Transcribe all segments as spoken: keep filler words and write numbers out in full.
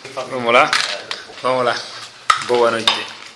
Vamos lá? Vamos lá. Boa noite.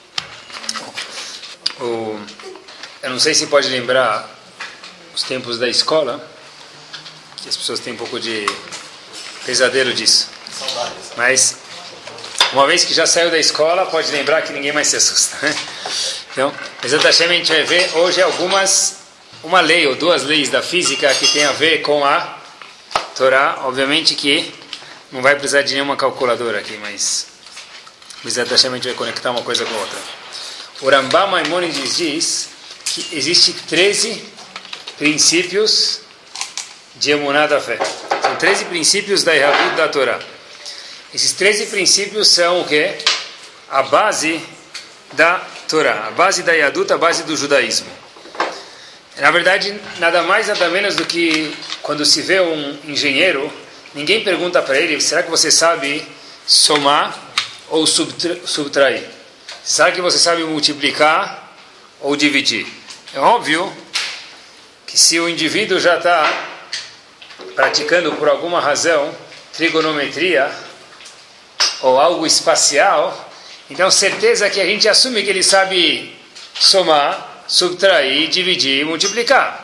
O, eu não sei se pode lembrar os tempos da escola, que as pessoas têm um pouco de pesadelo disso. Mas, uma vez que já saiu da escola, pode lembrar que ninguém mais se assusta. Né? Então, exatamente, a gente vai ver hoje algumas, uma lei ou duas leis da física que tem a ver com a Torá. Obviamente que não vai precisar de nenhuma calculadora aqui, mas exatamente a gente vai conectar uma coisa com a outra. O Rambam Maimonides diz que existe treze princípios de Emuná da fé. São treze princípios da Yahudut da Torá. Esses treze princípios são o quê? A base da Torá, a base da Yahudut, a base do judaísmo. Na verdade, nada mais, nada menos do que quando se vê um engenheiro, ninguém pergunta para ele, será que você sabe somar ou subtra- subtrair? Será que você sabe multiplicar ou dividir? É óbvio que se o indivíduo já está praticando por alguma razão trigonometria ou algo espacial, então certeza que a gente assume que ele sabe somar, subtrair, dividir e multiplicar.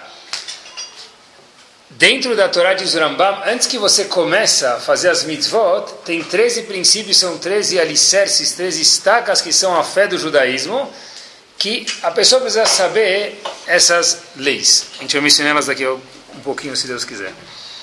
Dentro da Torá de Rambam, antes que você comece a fazer as mitzvot, tem treze princípios, são treze alicerces, treze estacas que são a fé do judaísmo, que a pessoa precisa saber essas leis. A gente vai mencionar elas daqui um pouquinho, se Deus quiser.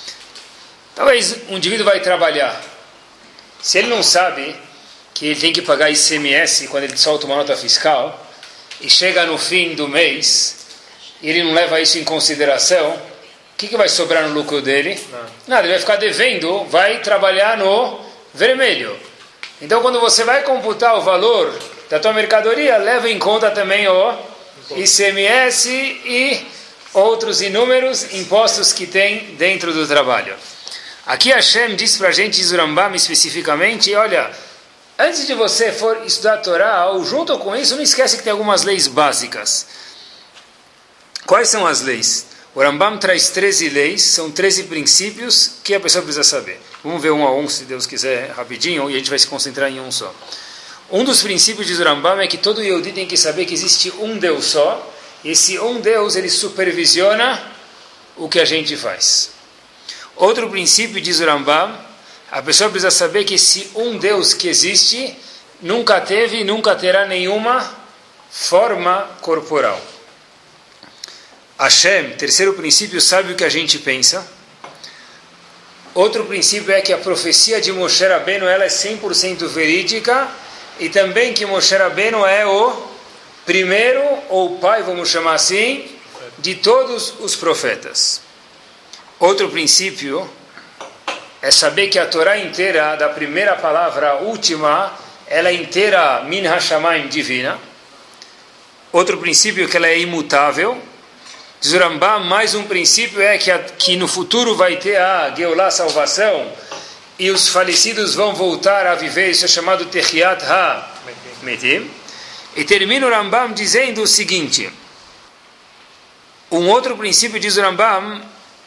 Talvez um indivíduo vai trabalhar. Se ele não sabe que ele tem que pagar I C M S quando ele solta uma nota fiscal, e chega no fim do mês, e ele não leva isso em consideração, o que, que vai sobrar no lucro dele? Não. Nada, ele vai ficar devendo, vai trabalhar no vermelho. Então, quando você vai computar o valor da tua mercadoria, leva em conta também o I C M S e outros inúmeros impostos que tem dentro do trabalho. Aqui Hashem diz para a gente, diz o Rambam especificamente, olha, antes de você for estudar a Torá, ou junto com isso, não esquece que tem algumas leis básicas. Quais são as leis? O Rambam traz treze leis, são treze princípios que a pessoa precisa saber. Vamos ver um a um, se Deus quiser, rapidinho, e a gente vai se concentrar em um só. Um dos princípios de Rambam é que todo Yehudi tem que saber que existe um Deus só, e esse um Deus, ele supervisiona o que a gente faz. Outro princípio, diz o Rambam, a pessoa precisa saber que esse um Deus que existe nunca teve e nunca terá nenhuma forma corporal. Hashem, terceiro princípio, sabe o que a gente pensa. Outro princípio é que a profecia de Moshe Rabbeinu ela é cem por cento verídica e também que Moshe Rabbeinu é o primeiro, ou pai, vamos chamar assim, de todos os profetas. Outro princípio é saber que a Torá inteira, da primeira palavra à última, ela é inteira min hashamayim, divina. Outro princípio é que ela é imutável. Diz o Rambam, mais um princípio é que, a, que no futuro vai ter a Geulá, salvação, e os falecidos vão voltar a viver, isso é chamado Techiat Ha-Metim. E termina o Rambam dizendo o seguinte, um outro princípio, diz o Rambam,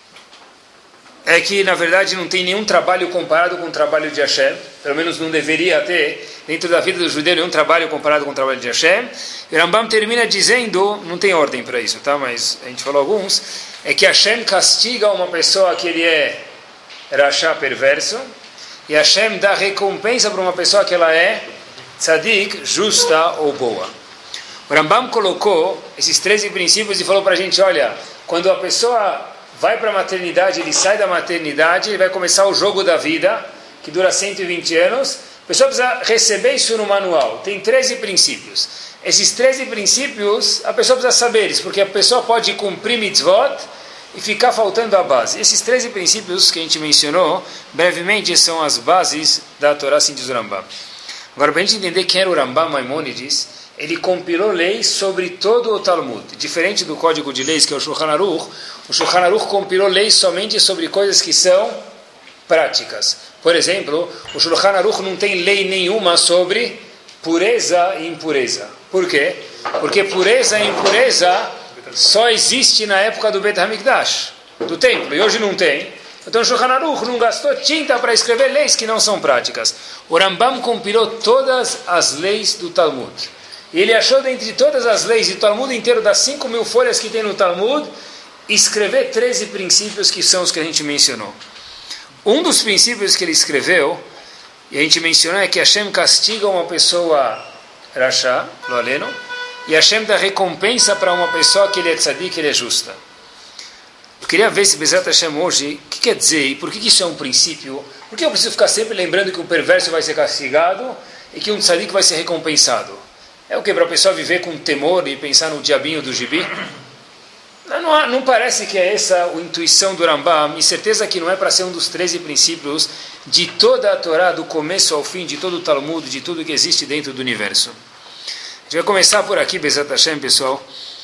é que na verdade não tem nenhum trabalho comparado com o trabalho de Hashem, pelo menos não deveria ter, dentro da vida do judeu, nenhum trabalho comparado com o trabalho de Hashem. E Rambam termina dizendo, não tem ordem para isso, tá? Mas a gente falou alguns, é que Hashem castiga uma pessoa que ele é rachá, perverso, e Hashem dá recompensa para uma pessoa que ela é tzadik, justa ou boa. O Rambam colocou esses treze princípios e falou para a gente, olha, quando a pessoa vai para a maternidade, ele sai da maternidade, ele vai começar o jogo da vida, que dura cento e vinte anos, a pessoa precisa receber isso no manual. Tem treze princípios. Esses treze princípios, a pessoa precisa saber eles, porque a pessoa pode cumprir mitzvot e ficar faltando a base. Esses treze princípios que a gente mencionou, brevemente, são as bases da Torá, assim diz o Rambam. Agora, para a gente entender quem era o Rambam Maimonides, ele compilou leis sobre todo o Talmud. Diferente do Código de Leis, que é o Shulchan Aruch, o Shulchan Aruch compilou leis somente sobre coisas que são práticas. Por exemplo, o Shulchan Aruch não tem lei nenhuma sobre pureza e impureza. Por quê? Porque pureza e impureza só existe na época do Bet HaMikdash, do templo, e hoje não tem. Então, Shulchan Aruch não gastou tinta para escrever leis que não são práticas. O Rambam compilou todas as leis do Talmud. E ele achou, dentre todas as leis do Talmud inteiro, das cinco mil folhas que tem no Talmud, escrever treze princípios que são os que a gente mencionou. Um dos princípios que ele escreveu, e a gente mencionou, é que Hashem castiga uma pessoa Rasha, lo aleno, e Hashem dá recompensa para uma pessoa que ele é tzadik, que ele é justa. Eu queria ver se Bezat Hashem hoje, o que quer dizer, e por que isso é um princípio? Por que eu preciso ficar sempre lembrando que um perverso vai ser castigado e que um tzadik vai ser recompensado? É o que? Para a pessoa viver com temor e pensar no diabinho do gibi? Não, não, não parece que é essa a intuição do Rambam, e certeza que não é para ser um dos treze princípios de toda a Torá, do começo ao fim, de todo o Talmud, de tudo que existe dentro do universo. A gente vai começar por aqui, Bezat Hashem, pessoal.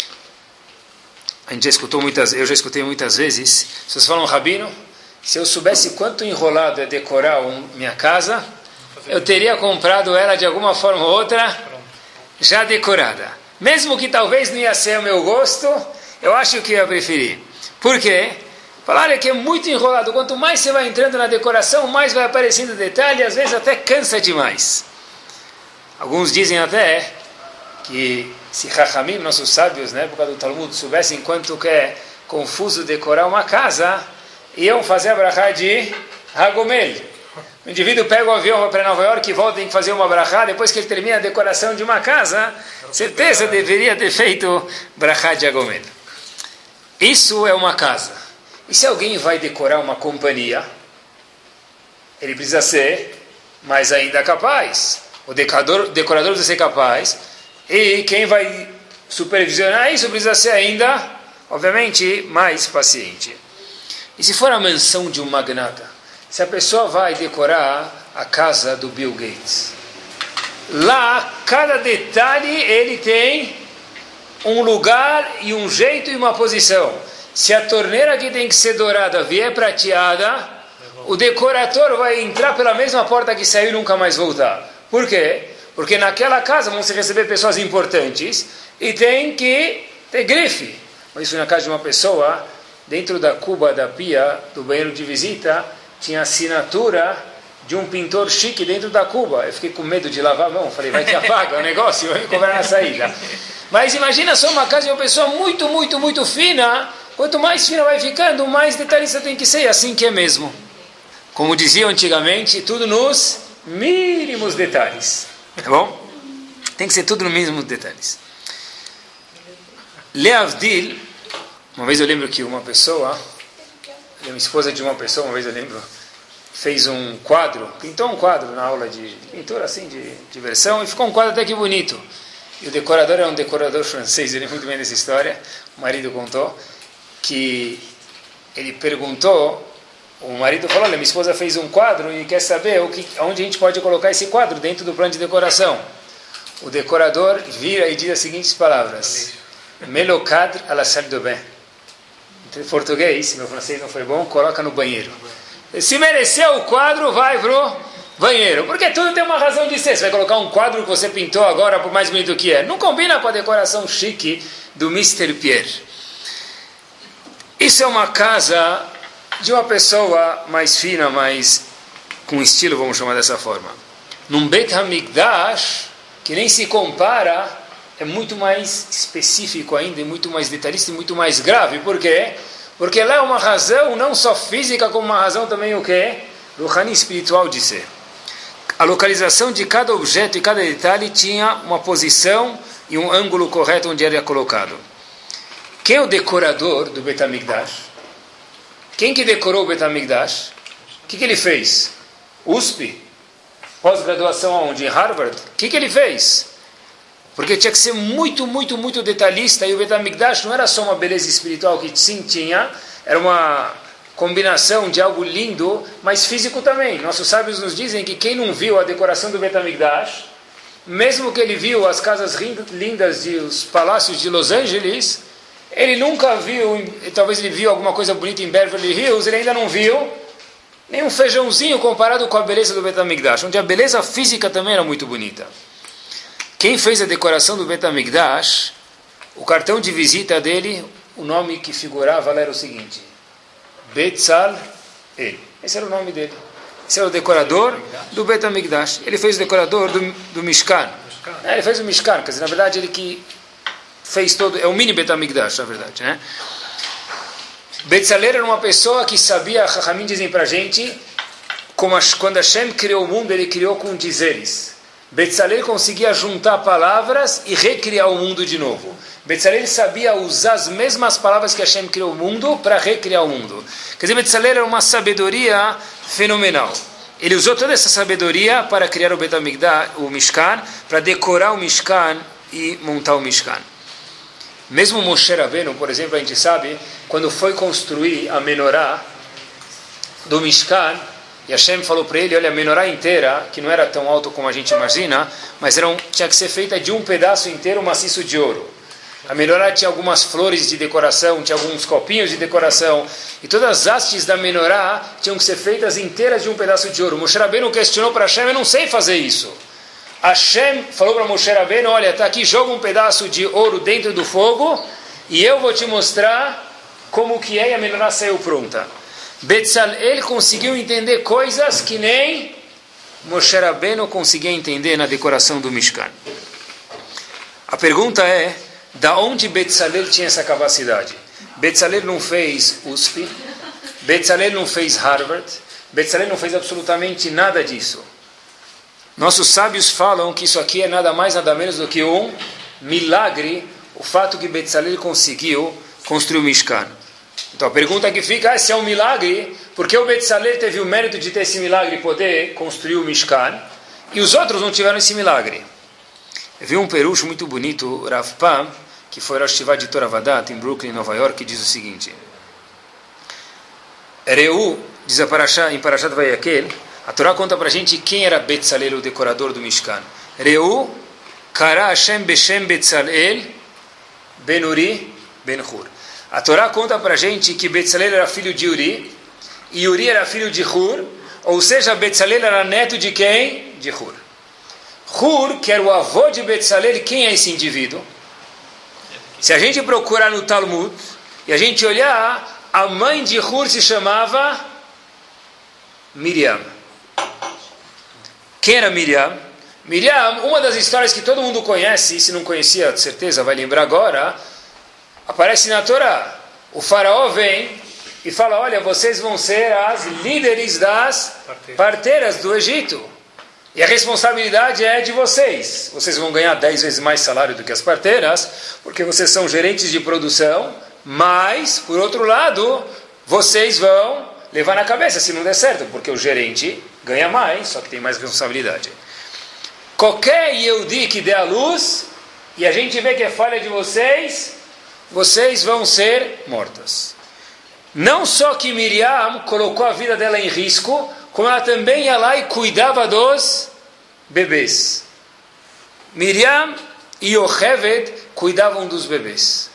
A gente já escutou muitas, eu já escutei muitas vezes. Vocês falam, Rabino, se eu soubesse quanto enrolado é decorar um, minha casa, eu teria comprado ela de alguma forma ou outra, já decorada. Mesmo que talvez não ia ser o meu gosto, eu acho que eu ia preferir. Por quê? Falaram que é muito enrolado. Quanto mais você vai entrando na decoração, mais vai aparecendo detalhe, às vezes até cansa demais. Alguns dizem até que se Chachamim, nossos sábios, na época do Talmud, soubessem quanto que é confuso decorar uma casa, iam fazer a brachá de Hagomel. O indivíduo pega o avião para Nova York e volta, tem que fazer uma brachá, depois que ele termina a decoração de uma casa, certeza deveria ter feito brachá de Hagomel. Isso é uma casa. E se alguém vai decorar uma companhia, ele precisa ser mais ainda capaz. O decorador, decorador precisa ser capaz. E quem vai supervisionar isso precisa ser ainda, obviamente, mais paciente. E se for a mansão de um magnata? Se a pessoa vai decorar a casa do Bill Gates, lá, cada detalhe ele tem um lugar e um jeito e uma posição. Se a torneira que tem que ser dourada vier prateada, o decorador vai entrar pela mesma porta que saiu e nunca mais voltar. Por quê? Porque naquela casa vão se receber pessoas importantes e tem que ter grife. Isso na casa de uma pessoa, dentro da cuba da pia do banheiro de visita, tinha assinatura de um pintor chique dentro da cuba. Eu fiquei com medo de lavar a mão. Falei, vai que apaga o negócio, vai me cobrar na saída. Mas imagina só uma casa de uma pessoa muito, muito, muito fina. Quanto mais fina vai ficando, mais detalhista tem que ser. E assim que é mesmo. Como diziam antigamente, tudo nos mínimos detalhes. Tá bom? Tem que ser tudo nos mínimos detalhes. Leavdil, uma vez eu lembro que uma pessoa, uma esposa de uma pessoa, uma vez eu lembro, fez um quadro, pintou um quadro na aula de pintura, assim, de diversão, e ficou um quadro até que bonito. E o decorador é um decorador francês, ele é muito bem nessa história, o marido contou, que ele perguntou, o marido falou, olha, minha esposa fez um quadro e quer saber o que, onde a gente pode colocar esse quadro dentro do plano de decoração. O decorador vira e diz as seguintes palavras, Melo cadre à la salle de bain. Em português, se meu francês não foi bom, coloca no banheiro. Se mereceu o quadro, vai pro banheiro. Porque tudo tem uma razão de ser. Você vai colocar um quadro que você pintou agora, por mais bonito que é. Não combina com a decoração chique do mister Pierre. Isso é uma casa de uma pessoa mais fina, mais com estilo, vamos chamar dessa forma. Num Beit HaMikdash, que nem se compara, é muito mais específico ainda, e muito mais detalhista e muito mais grave. Por quê? Porque lá é uma razão não só física, como uma razão também o quê? Ruhani, espiritual de ser. A localização de cada objeto e cada detalhe tinha uma posição e um ângulo correto onde era colocado. Quem é o decorador do Beit HaMikdash? Quem que decorou o Beit HaMikdash? O que, que ele fez? U S P? Pós-graduação aonde? Em Harvard? O que, que ele fez? Porque tinha que ser muito, muito, muito detalhista. E o Beit HaMikdash não era só uma beleza espiritual que sim tinha, era uma combinação de algo lindo, mas físico também. Nossos sábios nos dizem que quem não viu a decoração do Beit HaMikdash, mesmo que ele viu as casas lindas dos palácios de Los Angeles, ele nunca viu, talvez ele viu alguma coisa bonita em Beverly Hills, ele ainda não viu nem um feijãozinho comparado com a beleza do Beit HaMikdash, onde a beleza física também era muito bonita. Quem fez a decoração do Beit HaMikdash, o cartão de visita dele, o nome que figurava lá era o seguinte, Betzal ele. Esse era o nome dele. Esse era o decorador do Bet HaMikdash. Ele fez o decorador do, do Mishkan. É, ele fez o Mishkan, quer dizer, na verdade ele que fez todo, é o mini Bet HaMikdash, na verdade, né? Betzalel era uma pessoa que sabia, Chachamim dizem pra gente, como quando Hashem criou o mundo, ele criou com dizeres. Betzalel conseguia juntar palavras e recriar o mundo de novo. Betzalel sabia usar as mesmas palavras que Hashem criou o mundo para recriar o mundo. Quer dizer, Betzalel era uma sabedoria fenomenal. Ele usou toda essa sabedoria para criar o Bet HaMikdash, o Mishkan, para decorar o Mishkan e montar o Mishkan. Mesmo Moshe Rabbeinu, por exemplo, a gente sabe, quando foi construir a menorá do Mishkan, e Hashem falou para ele, olha, a menorá inteira, que não era tão alto como a gente imagina, mas era um, tinha que ser feita de um pedaço inteiro maciço de ouro. A menorá tinha algumas flores de decoração, tinha alguns copinhos de decoração, e todas as hastes da menorá tinham que ser feitas inteiras de um pedaço de ouro. Moshe Rabbeinu questionou para Hashem, eu não sei fazer isso. Hashem falou para Moshe Rabbeinu, olha, está aqui, joga um pedaço de ouro dentro do fogo, e eu vou te mostrar como que é, e a menorá saiu pronta. Betzalel conseguiu entender coisas que nem Moshe Rabbeinu conseguia entender na decoração do Mishkan. A pergunta é, da onde Betzalel tinha essa capacidade? Betzalel não fez U S P, Betzalel não fez Harvard, Betzalel não fez absolutamente nada disso. Nossos sábios falam que isso aqui é nada mais, nada menos do que um milagre, o fato que Betzalel conseguiu construir o Mishkan. Então a pergunta que fica é se é um milagre, porque o Betzalel teve o mérito de ter esse milagre e poder construir o Mishkan, e os outros não tiveram esse milagre. Eu vi um perucho muito bonito, o Rav Pam, que foi Rosh Yeshiva de Torah Vadat, em Brooklyn, Nova York, que diz o seguinte: Reu, diz a Parashá, em Parashat Vayakel, a Torá conta para a gente quem era Betzalel, o decorador do Mishkan. Reu, Kara Hashem Beshem Betzalel, Ben Uri, Ben Hur. A Torá conta para a gente que Betzalel era filho de Uri, e Uri era filho de Hur, ou seja, Betzalel era neto de quem? De Hur. Hur, que era o avô de Betzalel, quem é esse indivíduo? Se a gente procurar no Talmud, e a gente olhar, a mãe de Hur se chamava Miriam. Quem era Miriam? Miriam, uma das histórias que todo mundo conhece, e se não conhecia, de certeza vai lembrar agora, aparece na Torá. O faraó vem e fala, olha, vocês vão ser as líderes das parteiras do Egito. E a responsabilidade é de vocês. Vocês vão ganhar dez vezes mais salário do que as parteiras, porque vocês são gerentes de produção, mas, por outro lado, vocês vão levar na cabeça se não der certo, porque o gerente ganha mais, só que tem mais responsabilidade. Qualquer Yehudi que dê a luz, e a gente vê que é falha de vocês, vocês vão ser mortas. Não só que Miriam colocou a vida dela em risco, como ela também ia lá e cuidava dos bebês. Miriam e Yocheved cuidavam dos bebês.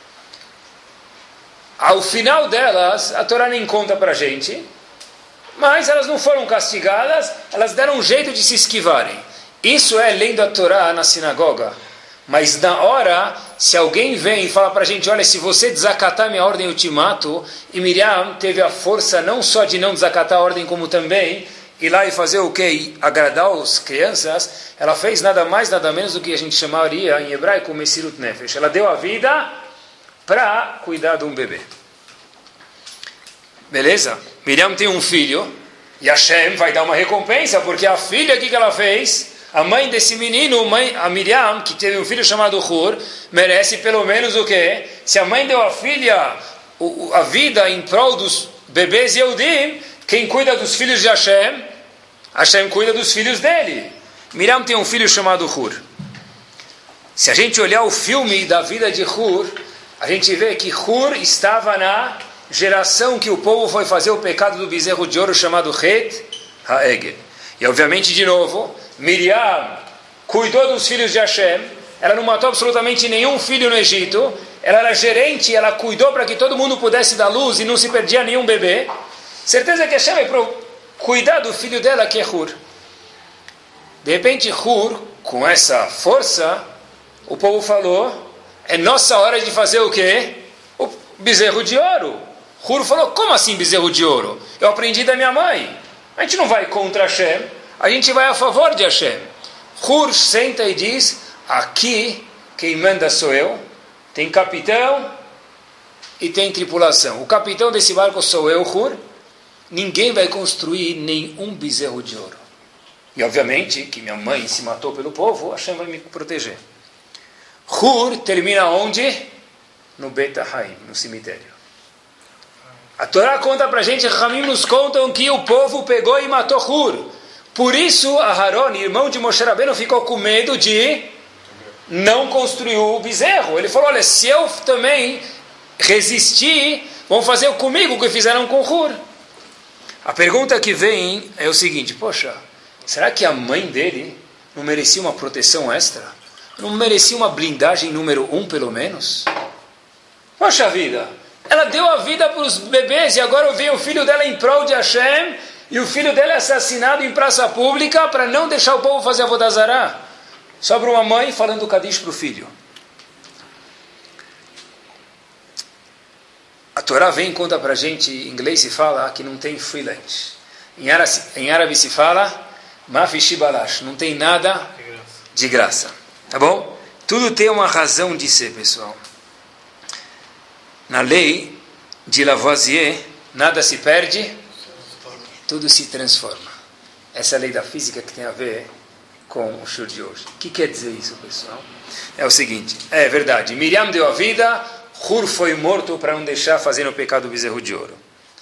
Ao final delas, a Torá nem conta para a gente, mas elas não foram castigadas, elas deram um jeito de se esquivarem. Isso é lendo a Torá na sinagoga. Mas na hora, se alguém vem e fala para a gente, olha, se você desacatar minha ordem, eu te mato, e Miriam teve a força não só de não desacatar a ordem, como também ir lá e fazer o quê? Agradar as crianças, ela fez nada mais, nada menos do que a gente chamaria em hebraico Mesirut Nefesh. Ela deu a vida para cuidar de um bebê. Beleza? Miriam tem um filho, e Hashem vai dar uma recompensa, porque a filha, o que, que ela fez? A mãe desse menino, mãe, a Miriam, que teve um filho chamado Hur, merece pelo menos o quê? Se a mãe deu a filha, a vida em prol dos bebês Yehudim, quem cuida dos filhos de Hashem? Hashem cuida dos filhos dele. Miriam tem um filho chamado Hur. Se a gente olhar o filme da vida de Hur, a gente vê que Hur estava na geração que o povo foi fazer o pecado do bezerro de ouro chamado Het HaEgel. E obviamente, de novo, Miriam cuidou dos filhos de Hashem, ela não matou absolutamente nenhum filho no Egito, ela era gerente, ela cuidou para que todo mundo pudesse dar luz e não se perdia nenhum bebê. Certeza que Hashem vai cuidar do filho dela, que é Hur. De repente, Hur, com essa força, o povo falou, é nossa hora de fazer o quê? O bezerro de ouro. Hur falou, como assim bezerro de ouro? Eu aprendi da minha mãe. A gente não vai contra Hashem, a gente vai a favor de Hashem. Hur senta e diz, aqui quem manda sou eu, tem capitão e tem tripulação. O capitão desse barco sou eu, Hur. Ninguém vai construir nenhum bezerro de ouro. E obviamente que minha mãe se matou pelo povo, Hashem vai me proteger. Hur termina onde? No Bet Haim, no cemitério. A Torá conta pra gente, Ramim nos contam que o povo pegou e matou Hur. Por isso, Aharon, irmão de Moshe Rabbeinu, ficou com medo de não construir o bezerro. Ele falou, olha, se eu também resistir, vão fazer comigo o que fizeram com Hur. A pergunta que vem é o seguinte, poxa, será que a mãe dele não merecia uma proteção extra? Não merecia uma blindagem número um, pelo menos? Poxa vida, ela deu a vida para os bebês e agora vem o filho dela em prol de Hashem e o filho dela é assassinado em praça pública para não deixar o povo fazer a Avodah Zará. Sobra uma mãe falando Kadish para o filho. A Torá vem e conta para a gente, em inglês se fala que não tem free lunch. Em árabe, em árabe se fala Mafishi Balash, não tem nada de graça. Tá bom? Tudo tem uma razão de ser, pessoal. Na lei de Lavoisier, nada se perde, tudo se transforma. Essa é a lei da física que tem a ver com o show de hoje. O que quer dizer isso, pessoal? É o seguinte, é verdade, Miriam deu a vida, Hur foi morto para não deixar fazer o pecado do bezerro de ouro.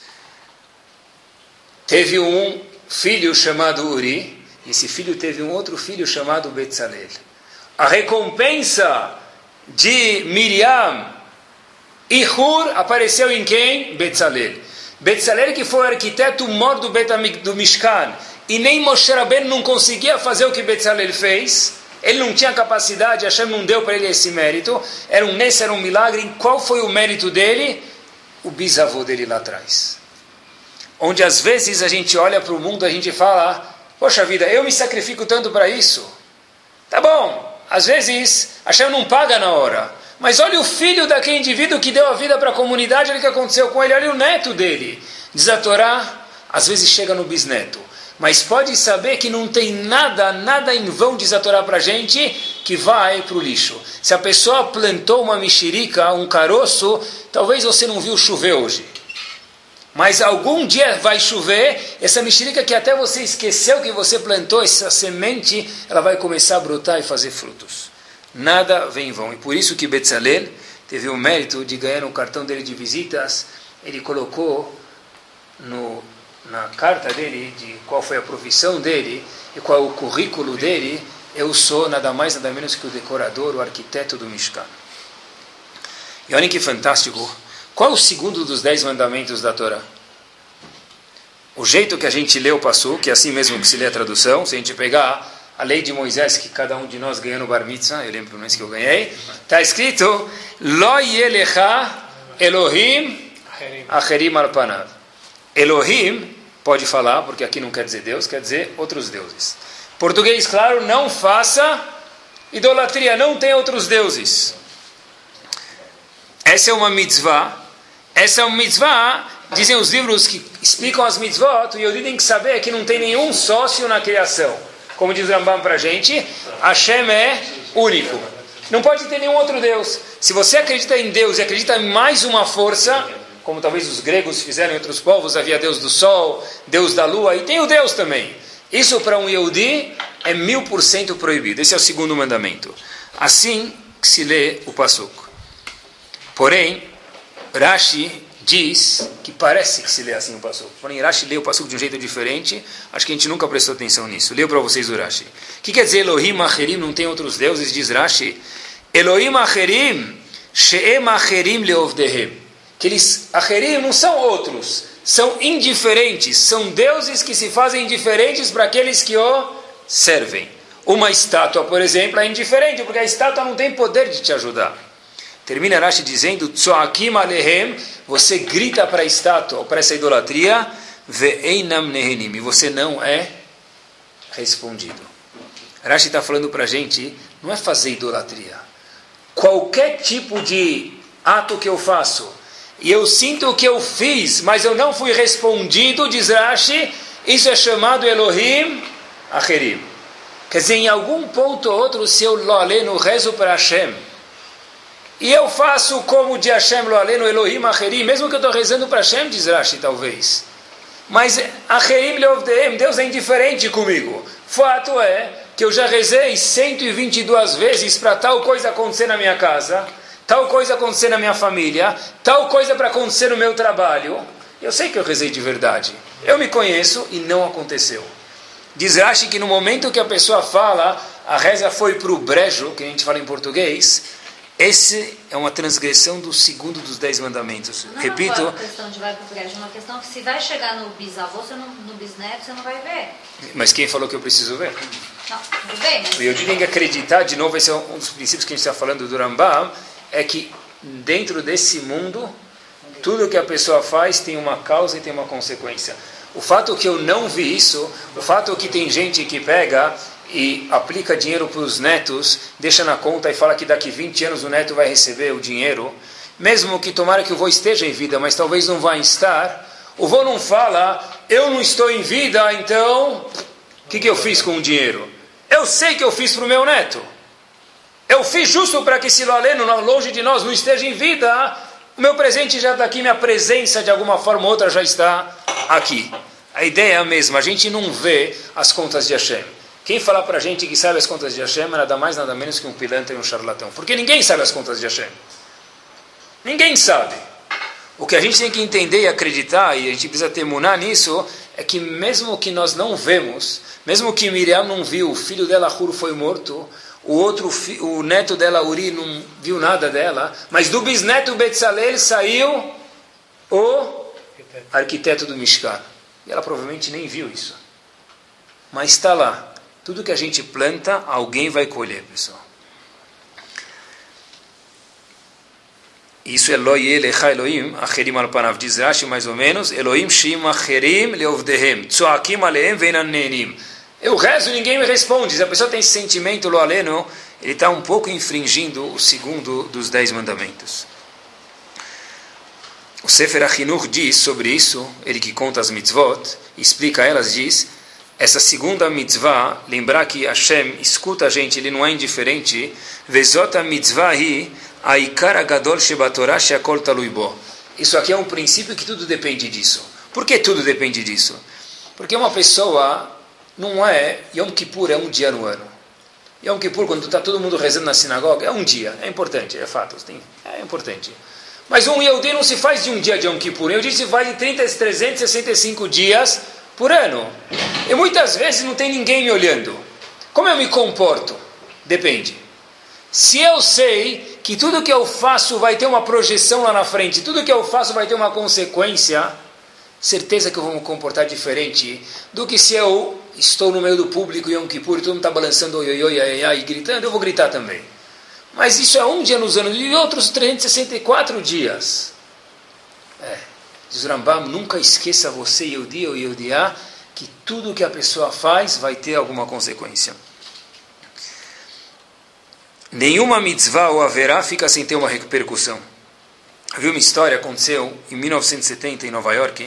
Teve um filho chamado Uri, e esse filho teve um outro filho chamado Betzalel. A recompensa de Miriam e Hur apareceu em quem? Betzalel. Betzalel que foi o arquiteto mor do, do Mishkan, e nem Moshe Rabbeinu não conseguia fazer o que Betzalel fez. Ele não tinha capacidade, Hashem não deu para ele esse mérito. Era um nesse, era um milagre. Qual foi o mérito dele? O bisavô dele lá atrás. Onde às vezes a gente olha para o mundo, a gente fala, poxa vida, eu me sacrifico tanto para isso. Tá bom, às vezes Hashem não paga na hora. Mas olha o filho daquele indivíduo que deu a vida para a comunidade, olha o que aconteceu com ele, olha o neto dele. Diz a Torá, às vezes chega no bisneto. Mas pode saber que não tem nada, nada em vão, diz a Torá para a gente, que vai para o lixo. Se a pessoa plantou uma mexerica, um caroço, talvez você não viu chover hoje. Mas algum dia vai chover, essa mexerica que até você esqueceu que você plantou, essa semente, ela vai começar a brotar e fazer frutos. Nada vem em vão. E por isso que Betzalel teve o mérito de ganhar um cartão dele de visitas. Ele colocou no... na carta dele, de qual foi a profissão dele e qual é o currículo dele, eu sou nada mais, nada menos que o decorador, o arquiteto do Mishkan. E olhem que fantástico. Qual é o segundo dos dez mandamentos da Torá? O jeito que a gente lê o Passuk, que é assim mesmo que se lê a tradução, se a gente pegar a lei de Moisés, que cada um de nós ganhou no Bar Mitzvah, eu lembro pelo menos que eu ganhei, está escrito, Lo yelecha Elohim acherim al panav. Elohim, pode falar, porque aqui não quer dizer Deus, quer dizer outros deuses. Português, claro, não faça idolatria, não tem outros deuses. Essa é uma mitzvah. Essa é uma mitzvah, dizem os livros que explicam as mitzvot, e eu tenho que saber que não tem nenhum sócio na criação. Como diz o Rambam para a gente, Hashem é único. Não pode ter nenhum outro Deus. Se você acredita em Deus e acredita em mais uma força, como talvez os gregos fizeram em outros povos, havia Deus do Sol, Deus da Lua, e tem o Deus também. Isso para um Yehudi é mil por cento proibido. Esse é o segundo mandamento. Assim que se lê o Passuk. Porém, Rashi diz que parece que se lê assim o Passuk. Porém, Rashi lê o Passuk de um jeito diferente. Acho que a gente nunca prestou atenção nisso. Leio para vocês o Rashi. O que quer dizer Elohim Acherim, não tem outros deuses? Diz Rashi. Elohim Acherim, She'em Acherim Leovdehem. Que eles, Acherim, não são outros. São indiferentes. São deuses que se fazem indiferentes para aqueles que o servem. Uma estátua, por exemplo, é indiferente, porque a estátua não tem poder de te ajudar. Termina Rashi dizendo, Tzoakim alehem, você grita para a estátua, ou para essa idolatria, ve'einam nehenim, e você não é respondido. Rashi está falando para a gente, não é fazer idolatria. Qualquer tipo de ato que eu faço, e eu sinto o que eu fiz, mas eu não fui respondido, diz Rashi, isso é chamado Elohim Acherim. Quer dizer, em algum ponto ou outro, se eu lo aleno, rezo para Hashem, e eu faço como de Hashem lo aleno, Elohim Acherim, mesmo que eu estou rezando para Hashem, diz Rashi, talvez. Mas Acherim leovdeem, Deus é indiferente comigo. Fato é que eu já rezei cento e vinte e duas vezes para tal coisa acontecer na minha casa, tal coisa acontecer na minha família, tal coisa para acontecer no meu trabalho. Eu sei que eu rezei de verdade. Eu me conheço e não aconteceu. Diz Rashi que no momento que a pessoa fala, a reza foi para o brejo, que a gente fala em português, esse é uma transgressão do segundo dos dez mandamentos. Não Repito. Não é uma questão de vai para o brejo, é uma questão que se vai chegar no bisavô, você não, no bisneto, você não vai ver. Mas quem falou que eu preciso ver? Não, tudo bem, mas... Eu tenho que acreditar, de novo, esse é um dos princípios que a gente está falando do Rambam, é que dentro desse mundo, tudo que a pessoa faz tem uma causa e tem uma consequência. O fato que eu não vi isso, o fato que tem gente que pega e aplica dinheiro para os netos, deixa na conta e fala que daqui vinte anos o neto vai receber o dinheiro, mesmo que tomara que o vô esteja em vida, mas talvez não vá estar, o vô não fala, eu não estou em vida, então o que, que eu fiz com o dinheiro? Eu sei que eu fiz para o meu neto. Eu fiz justo para que se lo aleno, longe de nós, não esteja em vida, o meu presente já está aqui, minha presença de alguma forma ou outra já está aqui. A ideia é a mesma, a gente não vê as contas de Hashem. Quem falar para a gente que sabe as contas de Hashem é nada mais, nada menos que um pilantra e um charlatão. Porque ninguém sabe as contas de Hashem. Ninguém sabe. O que a gente tem que entender e acreditar, e a gente precisa temunar nisso, é que mesmo que nós não vemos, mesmo que Miriam não viu, o filho dela, Hur, foi morto, o outro, o neto dela, Uri, não viu nada dela, mas do bisneto Betzalel saiu o arquiteto do Mishkan. E ela provavelmente nem viu isso. Mas está lá. Tudo que a gente planta, alguém vai colher, pessoal. Isso é Eloi Elecha Elohim, Acherim al-Panav, diz Rashi mais ou menos, Elohim Shim Acherim Leovdehem, Tzoakim Alehem Veinanenim. Eu rezo e ninguém me responde. Se a pessoa tem esse sentimento, lo aleno, ele está um pouco infringindo o segundo dos dez mandamentos. O Sefer HaChinuch diz sobre isso, ele que conta as mitzvot, explica elas, diz, essa segunda mitzvah, lembrar que Hashem escuta a gente, ele não é indiferente, Vezot mitzvah hi, aikar agadol shebatorah sheakol talui bo. Isso aqui é um princípio que tudo depende disso. Por que tudo depende disso? Porque uma pessoa não é, Yom Kippur é um dia no ano. Yom Kippur, quando está todo mundo rezando na sinagoga, é um dia, é importante, é fato, tem, é importante. Mas um Yehudi não se faz de um dia de Yom Kippur, um Yehudi se faz de trezentos e sessenta e cinco dias por ano. E muitas vezes não tem ninguém me olhando. Como eu me comporto? Depende. Se eu sei que tudo que eu faço vai ter uma projeção lá na frente, tudo que eu faço vai ter uma consequência, certeza que eu vou me comportar diferente do que se eu estou no meio do público em Yom Kippur e todo mundo está balançando oi, oi, oi, ai, ai, e gritando, eu vou gritar também. Mas isso é um dia nos anos e outros trezentos e sessenta e quatro dias. É. Diz o Rambam, nunca esqueça você, Yehudi ou Yehudiá, que tudo que a pessoa faz vai ter alguma consequência. Nenhuma mitzvah ou haverá fica sem ter uma repercussão. Havia uma história, aconteceu em mil novecentos e setenta em Nova York.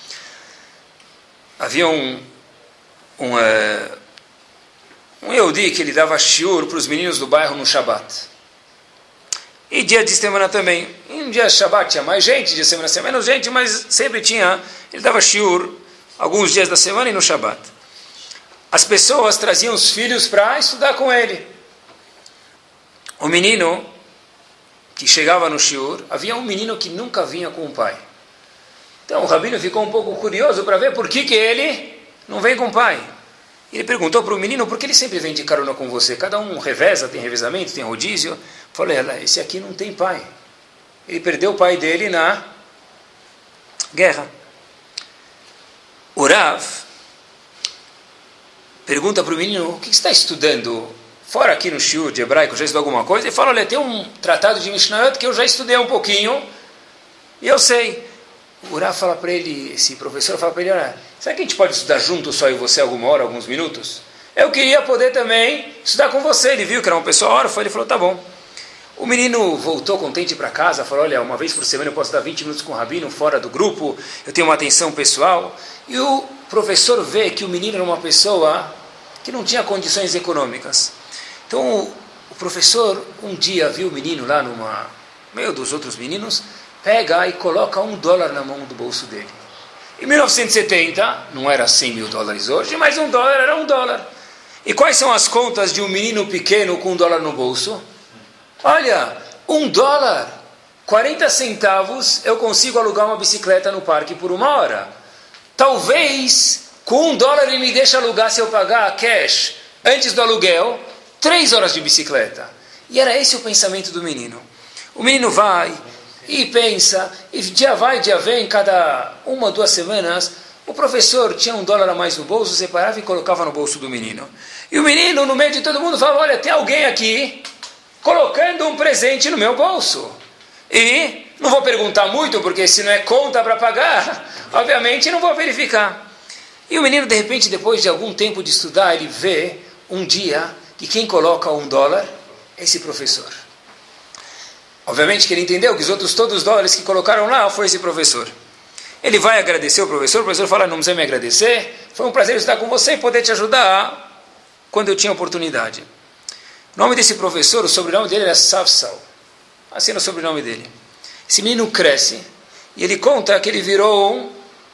Havia um um, uh, um Yehudi que ele dava shiur para os meninos do bairro no Shabat. E dia de semana também. E um dia de Shabat tinha mais gente, dia de semana tinha menos gente, mas sempre tinha, ele dava shiur alguns dias da semana e no Shabat. As pessoas traziam os filhos para estudar com ele. O menino que chegava no shiur, havia um menino que nunca vinha com o pai. Então o rabino ficou um pouco curioso para ver por que, que ele não vem com o pai. Ele perguntou para o menino, por que ele sempre vem de carona com você? Cada um reveza, tem revezamento, tem rodízio. Falei, esse aqui não tem pai. Ele perdeu o pai dele na guerra. O Rav pergunta para o menino, o que você está estudando? Fora aqui no shiur de hebraico, já estudou alguma coisa? Ele fala, olha, tem um tratado de Mishnayot que eu já estudei um pouquinho, e eu sei. O Rav fala para ele, esse professor fala para ele, olha, será que a gente pode estudar junto, só eu e você, alguma hora, alguns minutos? Eu queria poder também estudar com você. Ele viu que era uma pessoa órfã, ele falou, tá bom. O menino voltou contente para casa, falou, olha, uma vez por semana eu posso dar vinte minutos com o rabino fora do grupo, eu tenho uma atenção pessoal. E o professor vê que o menino era uma pessoa que não tinha condições econômicas. Então o professor um dia viu o menino lá numa meio dos outros meninos, pega e coloca um dólar na mão do bolso dele. Em mil novecentos e setenta, não era cem mil dólares hoje, mas um dólar era um dólar. E quais são as contas de um menino pequeno com um dólar no bolso? Olha, um dólar, quarenta centavos, eu consigo alugar uma bicicleta no parque por uma hora. Talvez, com um dólar ele me deixe alugar, se eu pagar cash antes do aluguel, três horas de bicicleta. E era esse o pensamento do menino. O menino vai e pensa, e dia vai, dia vem, cada uma ou duas semanas, o professor tinha um dólar a mais no bolso, separava e colocava no bolso do menino. E o menino, no meio de todo mundo, falava, olha, tem alguém aqui colocando um presente no meu bolso. E não vou perguntar muito, porque se não é conta para pagar, obviamente não vou verificar. E o menino, de repente, depois de algum tempo de estudar, ele vê um dia que quem coloca um dólar é esse professor. Obviamente que ele entendeu que os outros todos os dólares que colocaram lá foi esse professor. Ele vai agradecer o professor, o professor fala, não precisa me agradecer, foi um prazer estar com você e poder te ajudar quando eu tinha oportunidade. O nome desse professor, o sobrenome dele era Safsal. Assim é o sobrenome dele. Esse menino cresce e ele conta que ele virou um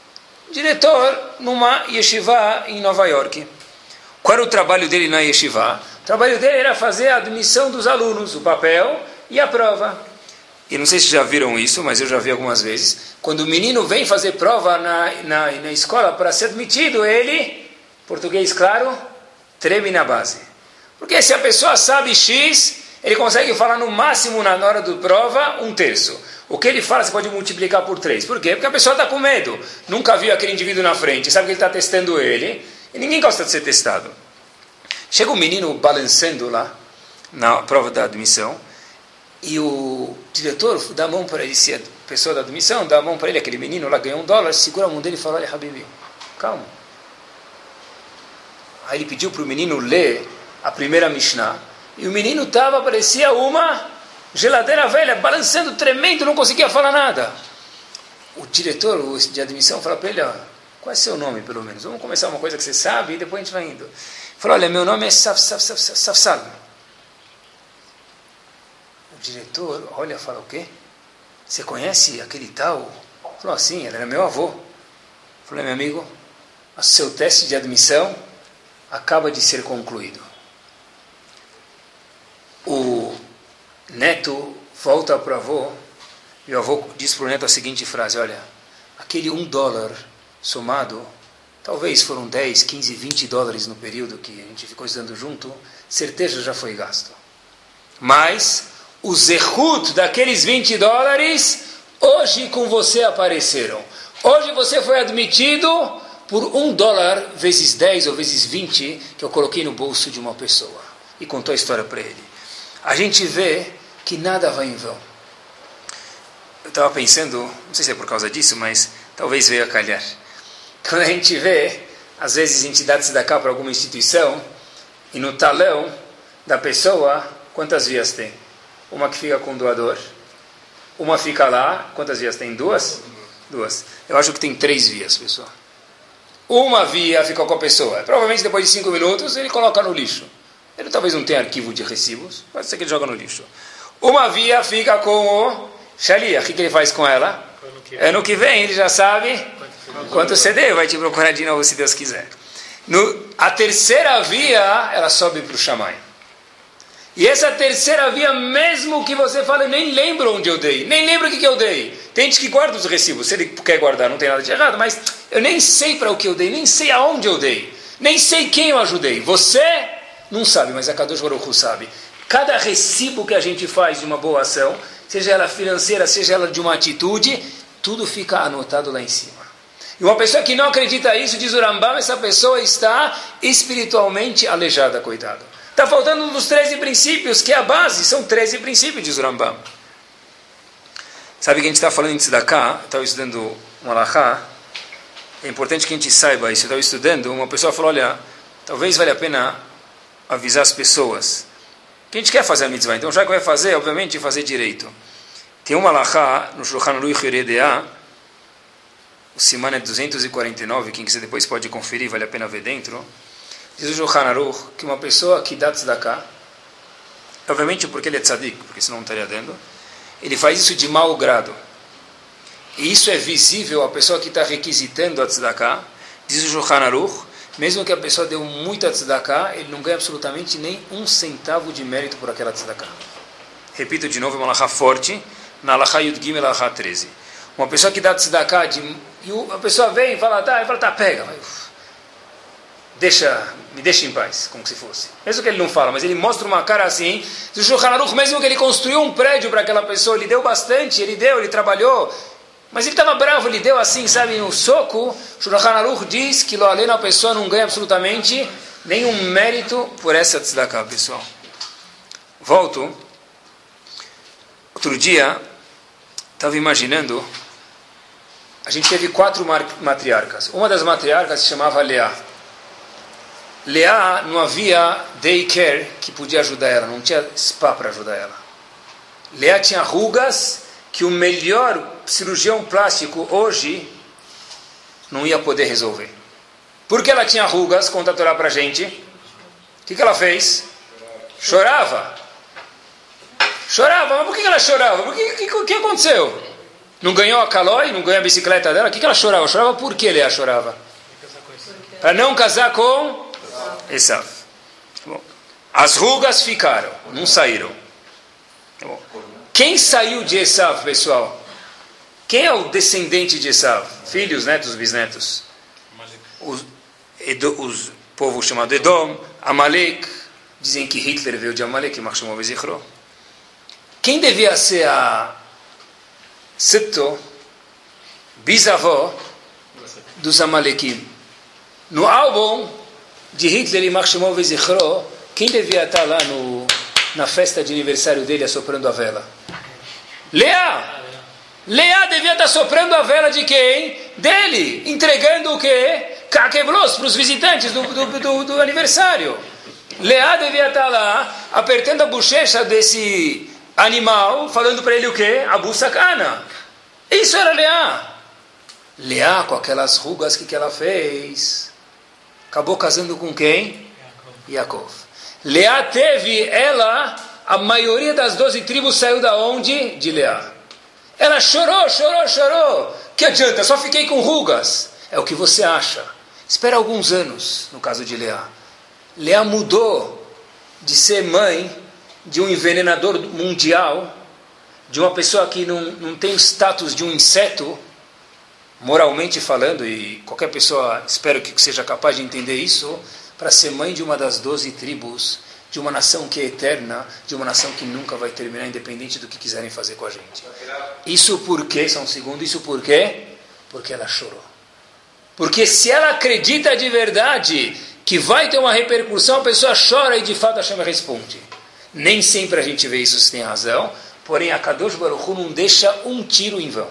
diretor numa yeshiva em Nova York. Qual era o trabalho dele na yeshiva? O trabalho dele era fazer a admissão dos alunos, o papel e a prova. E não sei se já viram isso, mas eu já vi algumas vezes. Quando o menino vem fazer prova na, na, na escola para ser admitido, ele, português claro, treme na base. Porque se a pessoa sabe X, ele consegue falar no máximo na hora da prova um terço. O que ele fala você pode multiplicar por três. Por quê? Porque a pessoa está com medo. Nunca viu aquele indivíduo na frente, sabe que ele está testando ele. E ninguém gosta de ser testado. Chega um menino balançando lá, na prova da admissão, e o diretor dá a mão para ele, se a pessoa da admissão, dá a mão para ele, aquele menino lá ganhou um dólar, segura a mão dele e fala, olha, Habibi, calma. Aí ele pediu para o menino ler a primeira Mishnah, e o menino estava, parecia uma geladeira velha, balançando, tremendo, não conseguia falar nada. O diretor de admissão fala para ele, ó, qual é seu nome, pelo menos? Vamos começar uma coisa que você sabe e depois a gente vai indo. Falou, olha, meu nome é Saf, Saf, Saf, Saf, Safsal. O diretor olha e fala, o quê? Você conhece aquele tal? Falou, assim, ele era meu avô. Falei, meu amigo, o seu teste de admissão acaba de ser concluído. O neto volta para o avô e o avô diz para o neto a seguinte frase, olha, aquele um dólar somado, talvez foram dez, quinze, vinte dólares no período que a gente ficou estudando junto, certeza já foi gasto. Mas o zehut daqueles vinte dólares, hoje com você apareceram. Hoje você foi admitido por um dólar vezes dez ou vezes vinte que eu coloquei no bolso de uma pessoa. E contou a história para ele. A gente vê que nada vai em vão. Eu estava pensando, não sei se é por causa disso, mas talvez veio a calhar. Quando a gente vê, às vezes, entidades se dá cá para alguma instituição, e no talão da pessoa, quantas vias tem? Uma que fica com o doador, uma fica lá, quantas vias tem? Duas? Duas. Eu acho que tem três vias, pessoal. Uma via fica com a pessoa. Provavelmente depois de cinco minutos ele coloca no lixo. Ele talvez não tenha arquivo de recibos, pode ser que ele joga no lixo. Uma via fica com o shaliach. O que ele faz com ela? Ano que vem ele já sabe quanto você deu, vai te procurar de novo se Deus quiser. No, a terceira via, ela sobe para o Shammai. E essa terceira via, mesmo que você fale, nem lembro onde eu dei, nem lembro o que, que eu dei. Tem gente que guarda os recibos, se ele quer guardar, não tem nada de errado, mas eu nem sei para o que eu dei, nem sei aonde eu dei, nem sei quem eu ajudei. Você não sabe, mas a Kadosh Baruch Hu sabe. Cada recibo que a gente faz de uma boa ação, seja ela financeira, seja ela de uma atitude, tudo fica anotado lá em cima. E uma pessoa que não acredita nisso, diz o Rambam, essa pessoa está espiritualmente aleijada, coitado. Está faltando um dos treze princípios, que é a base, são treze princípios, diz o Rambam. Sabe que a gente está falando em Tzedakah, estava estudando um alahá, é importante que a gente saiba isso, eu estava estudando, uma pessoa falou, olha, talvez valha a pena avisar as pessoas Que a gente quer fazer a mitzvah. Então, já que vai fazer, obviamente, fazer direito. Tem uma alahá no Shulchan Aruch Yeredeah, o Siman é duzentos e quarenta e nove, quem quiser depois pode conferir, vale a pena ver dentro. Diz o Shulchan Aruch que uma pessoa que dá tzedakah, obviamente porque ele é tzadik, porque senão não estaria dando, ele faz isso de mau grado. E isso é visível a pessoa que está requisitando a tzedakah. Diz o Shulchan Aruch, mesmo que a pessoa deu muita tzedakah, ele não ganha absolutamente nem um centavo de mérito por aquela tzedakah. Repito de novo, é uma alahá forte, na alahá Yud Gimel, alahá treze. Uma pessoa que dá tzedakah, de, e a pessoa vem e fala, tá, e fala, tá, pega, vai, deixa, me deixa em paz, como se fosse. Mesmo que ele não fala, mas ele mostra uma cara assim. O Shulchan Aruch, mesmo que ele construiu um prédio para aquela pessoa, ele deu bastante, ele deu, ele trabalhou, mas ele estava bravo, ele deu assim, sabe, no soco. O Shulchan Aruch diz que lo aleno a pessoa não ganha absolutamente nenhum mérito por essa tzedakah, pessoal. Volto. Outro dia, estava imaginando, a gente teve quatro matriarcas. Uma das matriarcas se chamava Leá. Leá não havia daycare que podia ajudar ela, não tinha spa para ajudar ela. Leá tinha rugas que o melhor cirurgião plástico hoje não ia poder resolver. Por que ela tinha rugas? Conta a Torá para a gente. O que, que ela fez? Chorava. Chorava, mas por que ela chorava? O que, que, que aconteceu? Não ganhou a Calói? Não ganhou a bicicleta dela? O que, que ela chorava? Chorava por que ela chorava? Para não casar com Esav. Bom, as rugas ficaram, não saíram. Bom, quem saiu de Esav, pessoal? Quem é o descendente de Esav? Filhos, netos, bisnetos? Os, Edo, os povo chamado Edom, Amalek. Dizem que Hitler veio de Amalek, e Machshemov Zichro. Quem devia ser a Septo, bisavó dos Amalekim? No álbum de Hitler e Machshemov Zichro, quem devia estar lá no, na festa de aniversário dele assoprando a vela? Leá! Leá devia estar soprando a vela de quem? Dele! Entregando o quê? Kakeblos para os visitantes do, do, do, do aniversário. Leá devia estar lá apertando a bochecha desse animal, falando para ele o quê? Abu Sakana. Isso era Leá. Leá, com aquelas rugas que, que ela fez, acabou casando com quem? Yaakov. Leá teve, ela, a maioria das doze tribos saiu da onde? De Leá. Ela chorou, chorou, chorou. Que adianta? Só fiquei com rugas. É o que você acha. Espera alguns anos, no caso de Leá. Leá mudou de ser mãe de um envenenador mundial, de uma pessoa que não, não tem o status de um inseto, moralmente falando, e qualquer pessoa, espero que seja capaz de entender isso, para ser mãe de uma das doze tribos, de uma nação que é eterna, de uma nação que nunca vai terminar, independente do que quiserem fazer com a gente. Isso por quê? Só um segundo. Isso por quê? Porque ela chorou. Porque se ela acredita de verdade que vai ter uma repercussão, a pessoa chora e de fato a Hashem responde. Nem sempre a gente vê isso, se tem razão, porém a Kadosh Baruch Hu não deixa um tiro em vão.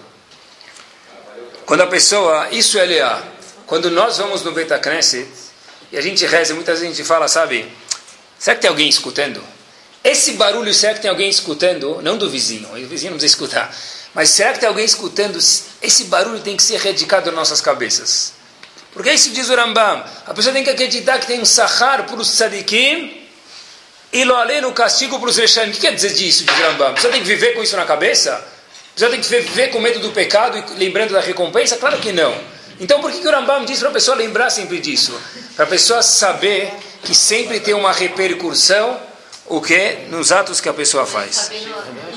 Quando a pessoa, isso é Leá, quando nós vamos no Beit HaKnesset e a gente reza, muitas vezes a gente fala, sabe, será que tem alguém escutando? Esse barulho, será que tem alguém escutando? Não do vizinho, o vizinho não precisa escutar, mas será que tem alguém escutando? Esse barulho tem que ser erradicado das nossas cabeças. Porque isso diz o Rambam, a pessoa tem que acreditar que tem um sahar para os tzadikim e lo além no castigo para os rechaim. O que quer dizer disso, diz o Rambam? A pessoa tem que viver com isso na cabeça? A pessoa tem que viver com medo do pecado e lembrando da recompensa? Claro que não. Então por que, que o Rambam diz para a pessoa lembrar sempre disso? Para a pessoa saber que sempre tem uma repercussão, o que? Nos atos que a pessoa faz. Sabendo,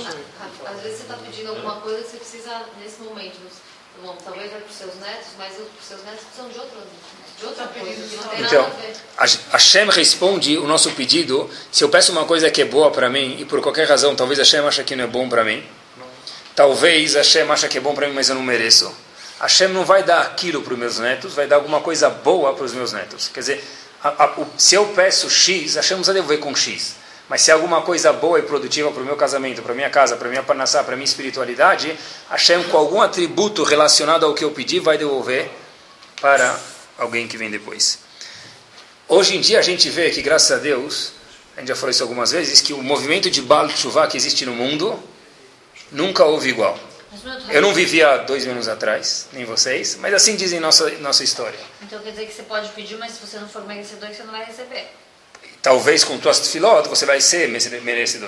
às vezes você está pedindo alguma coisa que você precisa nesse momento. Bom, talvez é para os seus netos, mas os seus netos precisam de outra, de outra coisa, que não tem então, nada a ver. A Hashem responde o nosso pedido. Se eu peço uma coisa que é boa para mim, e por qualquer razão, talvez a Hashem acha que não é bom para mim, talvez a Hashem acha que é bom para mim, mas eu não mereço. A Hashem não vai dar aquilo para os meus netos, vai dar alguma coisa boa para os meus netos. Quer dizer, a, a, o, se eu peço X, a Hashem não vai devolver com X. Mas se é alguma coisa boa e produtiva para o meu casamento, para a minha casa, para a minha parnassá, para a minha espiritualidade, Hashem, com algum atributo relacionado ao que eu pedi, vai devolver para alguém que vem depois. Hoje em dia a gente vê que, graças a Deus, a gente já falou isso algumas vezes, que o movimento de Baal Tshuva que existe no mundo, nunca houve igual. Eu não vivia dois mil anos atrás, nem vocês, mas assim dizem nossa, nossa história. Então quer dizer que você pode pedir, mas se você não for merecedor, você não vai receber. Talvez com tuas tefilot você vai ser merecedor.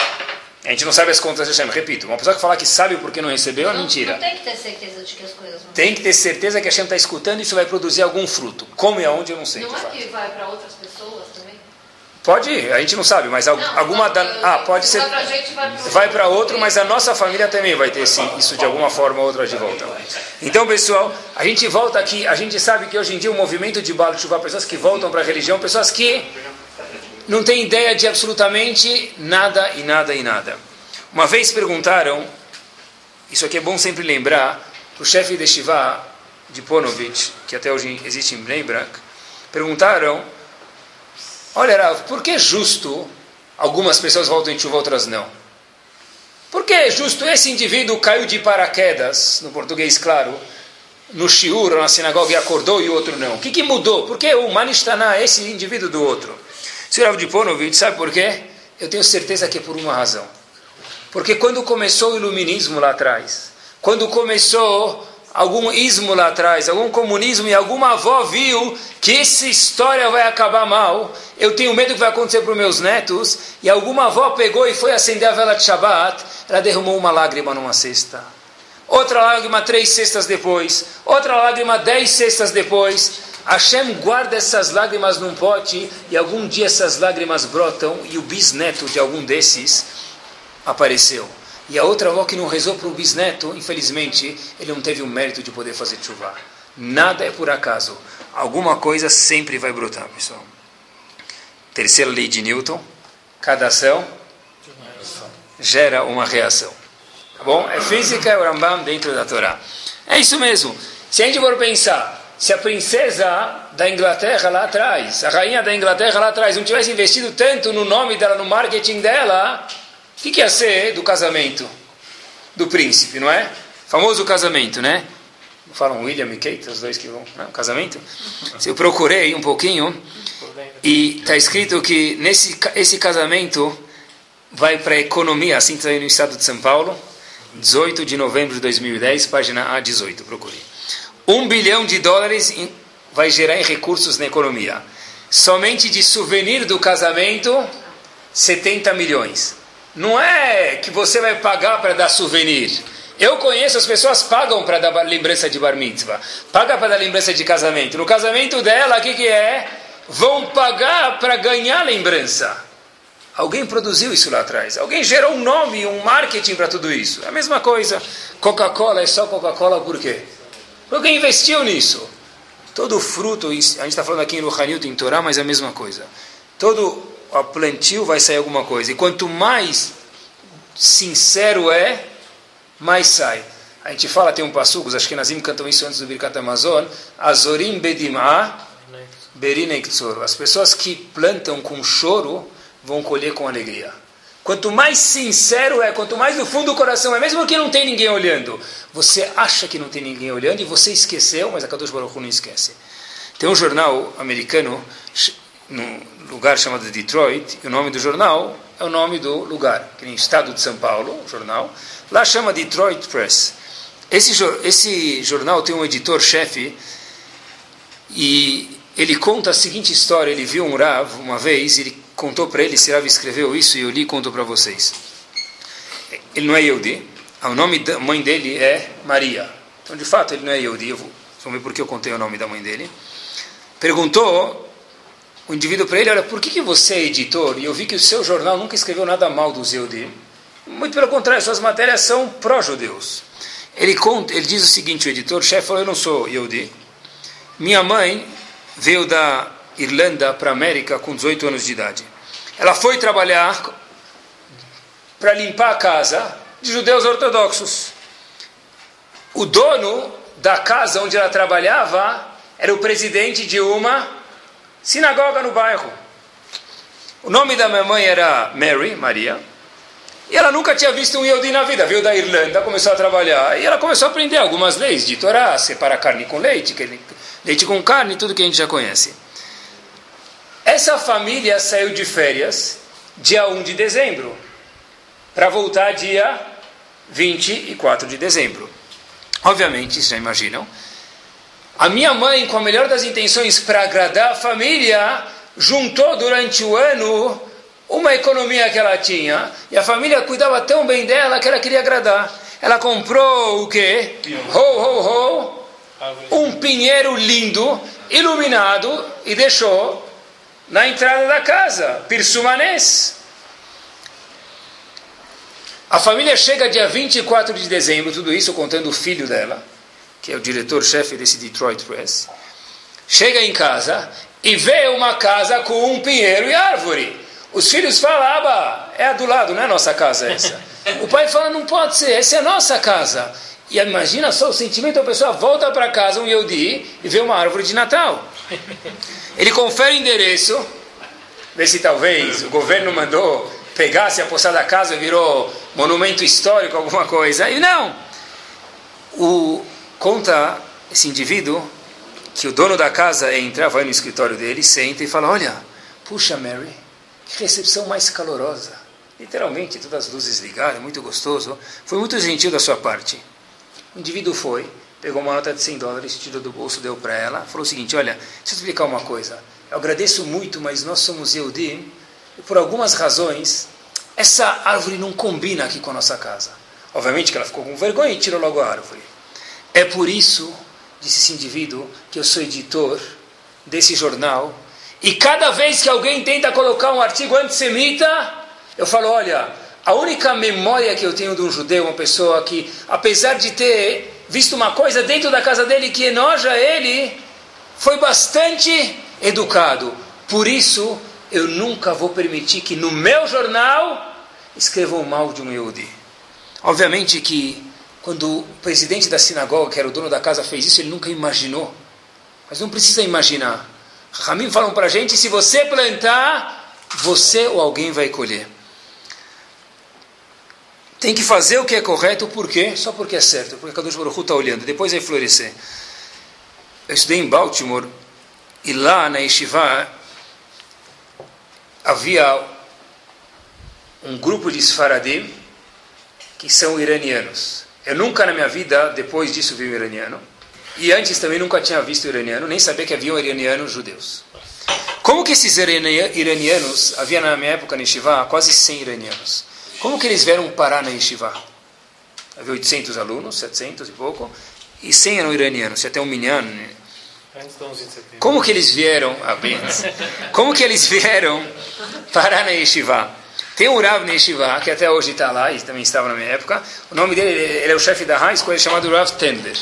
A gente não sabe as contas de Hashem. Repito, uma pessoa que falar que sabe o porquê não recebeu é não, mentira. Não tem que ter certeza de que as coisas não Tem que ter certeza que Hashem está escutando e isso vai produzir algum fruto. Como e aonde, eu não sei. Não é que vai para outras pessoas também? Pode ir, a gente não sabe, mas não, alguma... Não, da, eu, ah, pode ser... Vai para outro, mas a nossa família também vai ter esse, isso de alguma forma ou outra de volta. Então, pessoal, a gente volta aqui, a gente sabe que hoje em dia o movimento de Baal Tshuva, pessoas que voltam para a religião, pessoas que não têm ideia de absolutamente nada e nada e nada. Uma vez perguntaram, isso aqui é bom sempre lembrar, para o chefe de Shiva de Ponovitch, que até hoje existe em Bnei Brak, perguntaram, olha, Rav, por que é justo algumas pessoas voltam em chuva, outras não? Por que é justo esse indivíduo caiu de paraquedas, no português claro, no shiur, na sinagoga, e acordou e o outro não? O que, que mudou? Por que o Manishtaná é esse indivíduo do outro? Senhor Rav de Ponovitch, sabe por quê? Eu tenho certeza que é por uma razão. Porque quando começou o iluminismo lá atrás, quando começou algum ismo lá atrás, algum comunismo, e alguma avó viu que essa história vai acabar mal, eu tenho medo que vai acontecer para os meus netos, e alguma avó pegou e foi acender a vela de Shabbat, ela derramou uma lágrima numa cesta, outra lágrima três cestas depois, outra lágrima dez cestas depois. Hashem guarda essas lágrimas num pote, e algum dia essas lágrimas brotam, e o bisneto de algum desses apareceu. E a outra avó que não rezou para o bisneto, infelizmente, ele não teve o mérito de poder fazer chuva. Nada é por acaso. Alguma coisa sempre vai brotar, pessoal. Terceira lei de Newton. Cada ação gera uma reação. Tá bom? É física, é o Rambam dentro da Torá. É isso mesmo. Se a gente for pensar, se a princesa da Inglaterra lá atrás, a rainha da Inglaterra lá atrás, não tivesse investido tanto no nome dela, no marketing dela, o que, que ia ser do casamento do príncipe, não é? Famoso casamento, né? Falam William e Kate, os dois que vão... Não, casamento? Eu procurei um pouquinho e está escrito que nesse esse casamento vai para a economia, assim está aí no estado de São Paulo, dezoito de novembro de dois mil e dez, página A dezoito, procurei. Um bilhão de dólares vai gerar em recursos na economia. Somente de souvenir do casamento, setenta milhões. Não é que você vai pagar para dar souvenir. Eu conheço, as pessoas pagam para dar lembrança de bar mitzvah. Paga para dar lembrança de casamento. No casamento dela, o que, que é? Vão pagar para ganhar lembrança. Alguém produziu isso lá atrás. Alguém gerou um nome, um marketing para tudo isso. É a mesma coisa. Coca-Cola é só Coca-Cola por quê? Porque alguém investiu nisso. Todo fruto, a gente está falando aqui em Ruhaniyut, em Torá, mas é a mesma coisa. Todo o plantio vai sair alguma coisa. E quanto mais sincero é, mais sai. A gente fala, tem um passuco, os Ashkenazim cantam isso antes do Birkat Amazon, Azorim bedim'a berinek tzor. As pessoas que plantam com choro vão colher com alegria. Quanto mais sincero é, quanto mais do fundo do coração é, mesmo que não tem ninguém olhando, você acha que não tem ninguém olhando e você esqueceu, mas a Kadosh Baruch Hu não esquece. Tem um jornal americano num lugar chamado Detroit, e o nome do jornal é o nome do lugar, que nem Estado de São Paulo, o jornal, lá chama Detroit Press. Esse, esse jornal tem um editor-chefe, e ele conta a seguinte história. Ele viu um Rav uma vez, ele contou para ele, esse Rav escreveu isso, e eu li e conto para vocês. Ele não é Yehudi, o nome da mãe dele é Maria. Então, de fato, ele não é Yehudi. Eu vou, vamos ver por que eu contei o nome da mãe dele. Perguntou o indivíduo para ele, olha, por que, que você é editor? E eu vi que o seu jornal nunca escreveu nada mal dos Yehudi. Muito pelo contrário, suas matérias são pró-judeus. Ele, conta, ele diz o seguinte, o editor-chefe falou, eu não sou Yehudi. Minha mãe veio da Irlanda para a América com dezoito anos de idade. Ela foi trabalhar para limpar a casa de judeus ortodoxos. O dono da casa onde ela trabalhava era o presidente de uma sinagoga no bairro. O nome da minha mãe era Mary, Maria, e ela nunca tinha visto um Yehudi na vida. Veio da Irlanda, começou a trabalhar, e ela começou a aprender algumas leis de Torá, separar carne com leite, leite com carne, tudo que a gente já conhece. Essa família saiu de férias dia um de dezembro, para voltar dia vinte e quatro de dezembro. Obviamente, vocês já imaginam, a minha mãe, com a melhor das intenções para agradar a família, juntou durante o ano uma economia que ela tinha, e a família cuidava tão bem dela que ela queria agradar. Ela comprou o quê? Ho, ho, ho, um pinheiro lindo, iluminado, e deixou na entrada da casa, Pirsumanês. A família chega dia vinte e quatro de dezembro, tudo isso contando o filho dela, que é o diretor-chefe desse Detroit Press, chega em casa e vê uma casa com um pinheiro e árvore. Os filhos falam, Aba, é a do lado, não é nossa casa essa. O pai fala, não pode ser, essa é a nossa casa. E imagina só o sentimento, a pessoa volta para casa, um Yehudi, e vê uma árvore de Natal. Ele confere o endereço, vê se talvez o governo mandou pegar, se a poçada da casa virou monumento histórico, alguma coisa. E não! O, conta esse indivíduo que o dono da casa entra, vai no escritório dele, senta e fala, olha, puxa Mary, que recepção mais calorosa. Literalmente, todas as luzes ligaram, muito gostoso. Foi muito gentil da sua parte. O indivíduo foi, pegou uma nota de cem dólares, tirou do bolso, deu para ela, falou o seguinte, olha, deixa eu explicar uma coisa. Eu agradeço muito, mas nós somos Yehudim, e por algumas razões, essa árvore não combina aqui com a nossa casa. Obviamente que ela ficou com vergonha e tirou logo a árvore. É por isso, disse esse indivíduo, que eu sou editor desse jornal, e cada vez que alguém tenta colocar um artigo antissemita, eu falo, olha, a única memória que eu tenho de um judeu, uma pessoa que, apesar de ter visto uma coisa dentro da casa dele que enoja ele, foi bastante educado. Por isso, eu nunca vou permitir que no meu jornal escrevam mal de um Yehudi. Obviamente que quando o presidente da sinagoga, que era o dono da casa, fez isso, ele nunca imaginou. Mas não precisa imaginar. Ramim falam para a gente, se você plantar, você ou alguém vai colher. Tem que fazer o que é correto, por quê? Só porque é certo, porque Kadosh Baruch Hu está olhando, depois vai florescer. Eu estudei em Baltimore, e lá na Yeshiva havia um grupo de Sfaradim que são iranianos. Eu nunca na minha vida, depois disso, vi um iraniano. E antes também nunca tinha visto iraniano, nem sabia que havia iranianos judeus. Como que esses iranianos, havia na minha época na Yeshiva quase cem iranianos. Como que eles vieram parar na Yeshiva? Havia oitocentos alunos, setecentos e pouco, e cem eram iranianos, até um minyan. Como que eles vieram, ah, bem, como que eles vieram parar na Yeshiva? Tem um Rav na Yeshiva, que até hoje está lá, e também estava na minha época, o nome dele, ele é o chefe da high school, ele é chamado Rav Tender.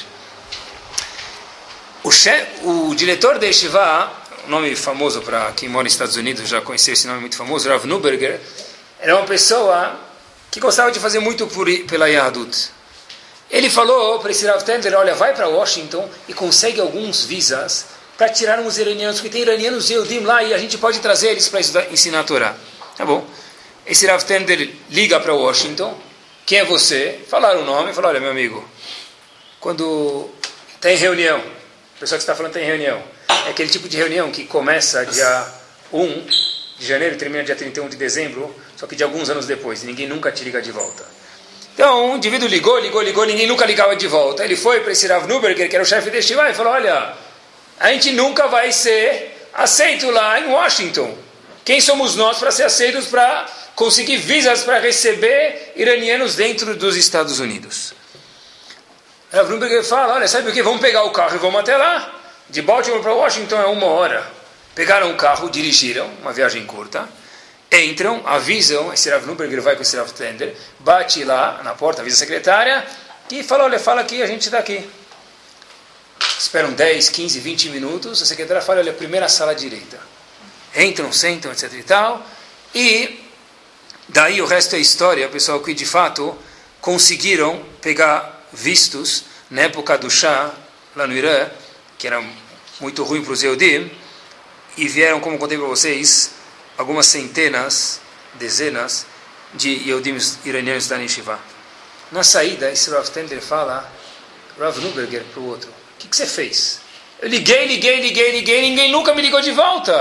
O, chefe, o diretor da Yeshiva, um nome famoso para quem mora nos Estados Unidos, já conheceu esse nome muito famoso, Rav Neuberger, era uma pessoa que gostava de fazer muito por, pela Yahadut. Ele falou para esse Rav Tender, olha, vai para Washington e consegue alguns visas para tirar uns iranianos, porque tem iranianos Yehudim lá e a gente pode trazer eles para ensinar a Torá. Tá bom. Esse Rav Tender liga para Washington, quem é você? Falaram o nome, falaram, olha, meu amigo, quando tem reunião, a pessoa que está falando tem reunião, é aquele tipo de reunião que começa dia um de janeiro e termina dia trinta e um de dezembro, só que de alguns anos depois, e ninguém nunca te liga de volta. Então, um indivíduo ligou, ligou, ligou, ninguém nunca ligava de volta. Ele foi para esse Rav Neuberger, que era o chefe deste Yeshiva, e falou, olha, a gente nunca vai ser aceito lá em Washington. Quem somos nós para ser aceitos para conseguir visas para receber iranianos dentro dos Estados Unidos? Rav Neuberger fala, olha, sabe o que? Vamos pegar o carro e vamos até lá. De Baltimore para Washington é uma hora. Pegaram o carro, dirigiram, uma viagem curta. Entram, avisam, esse Rav Neuberger vai com esse Rav Tender, bate lá na porta, avisa a secretária, e fala, olha, fala aqui, a gente está aqui. Esperam dez, quinze, vinte minutos, a secretária fala, olha, primeira sala direita. Entram, sentam, etc e tal, e daí o resto é história, pessoal, que de fato conseguiram pegar vistos na época do Shah, lá no Irã, que era muito ruim para os Yehudim, e vieram, como contei para vocês, algumas centenas, dezenas de Yehudim iranianos da Yeshiva. Na saída, esse Rav Tender fala, Rav Neuberger para o outro, o que, que você fez? Eu liguei, liguei, liguei, liguei, ninguém nunca me ligou de volta.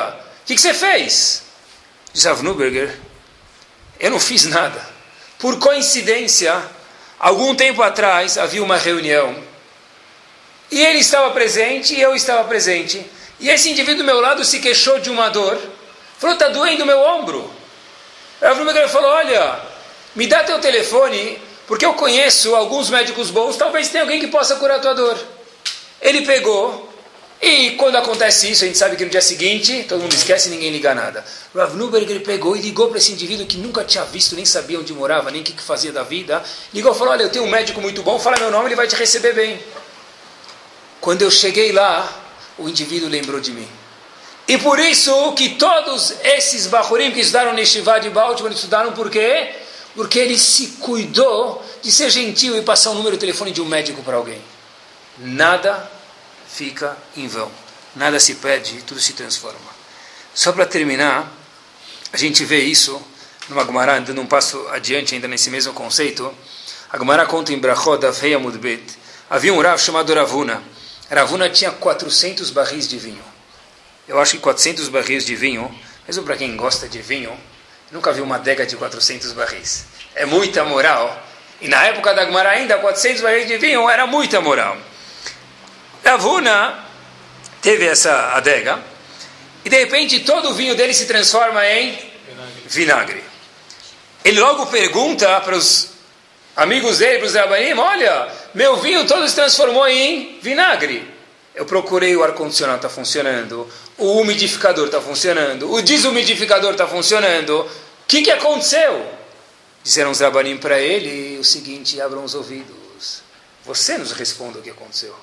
O que, que você fez? Diz Rav Neuberger, eu não fiz nada. Por coincidência, algum tempo atrás havia uma reunião e ele estava presente e eu estava presente. E esse indivíduo do meu lado se queixou de uma dor. Falou, está doendo o meu ombro. Rav Neuberger falou, olha, me dá teu telefone, porque eu conheço alguns médicos bons, talvez tenha alguém que possa curar a tua dor. Ele pegou, e quando acontece isso, a gente sabe que no dia seguinte, todo mundo esquece e ninguém liga nada. Rav Neuberger pegou e ligou para esse indivíduo que nunca tinha visto, nem sabia onde morava, nem o que, que fazia da vida. Ligou e falou, olha, eu tenho um médico muito bom, fala meu nome, ele vai te receber bem. Quando eu cheguei lá, o indivíduo lembrou de mim. E por isso que todos esses bachurim que estudaram no Yeshiva de Baltimore, estudaram por quê? Porque ele se cuidou de ser gentil e passar o número de telefone de um médico para alguém. Nada fica em vão. Nada se perde, tudo se transforma. Só para terminar, a gente vê isso numa Gemara, dando um passo adiante ainda nesse mesmo conceito. A Gemara conta em Brachot, da Feia Mudbet. Havia um Rav chamado Ravuna. Ravuna tinha quatrocentos barris de vinho. Eu acho que quatrocentos barris de vinho, mesmo para quem gosta de vinho, nunca vi uma adega de quatrocentos barris. É muita moral. E na época da Gemara ainda, quatrocentos barris de vinho era muita moral. Ravuna teve essa adega e de repente todo o vinho dele se transforma em vinagre. vinagre. Ele logo pergunta para os amigos dele, para os rabanim, olha, meu vinho todo se transformou em vinagre. Eu procurei, o ar-condicionado está funcionando, o umidificador está funcionando, o desumidificador está funcionando. O que, que aconteceu? Disseram os rabanim para ele o seguinte, abram os ouvidos. Você nos responda o que aconteceu.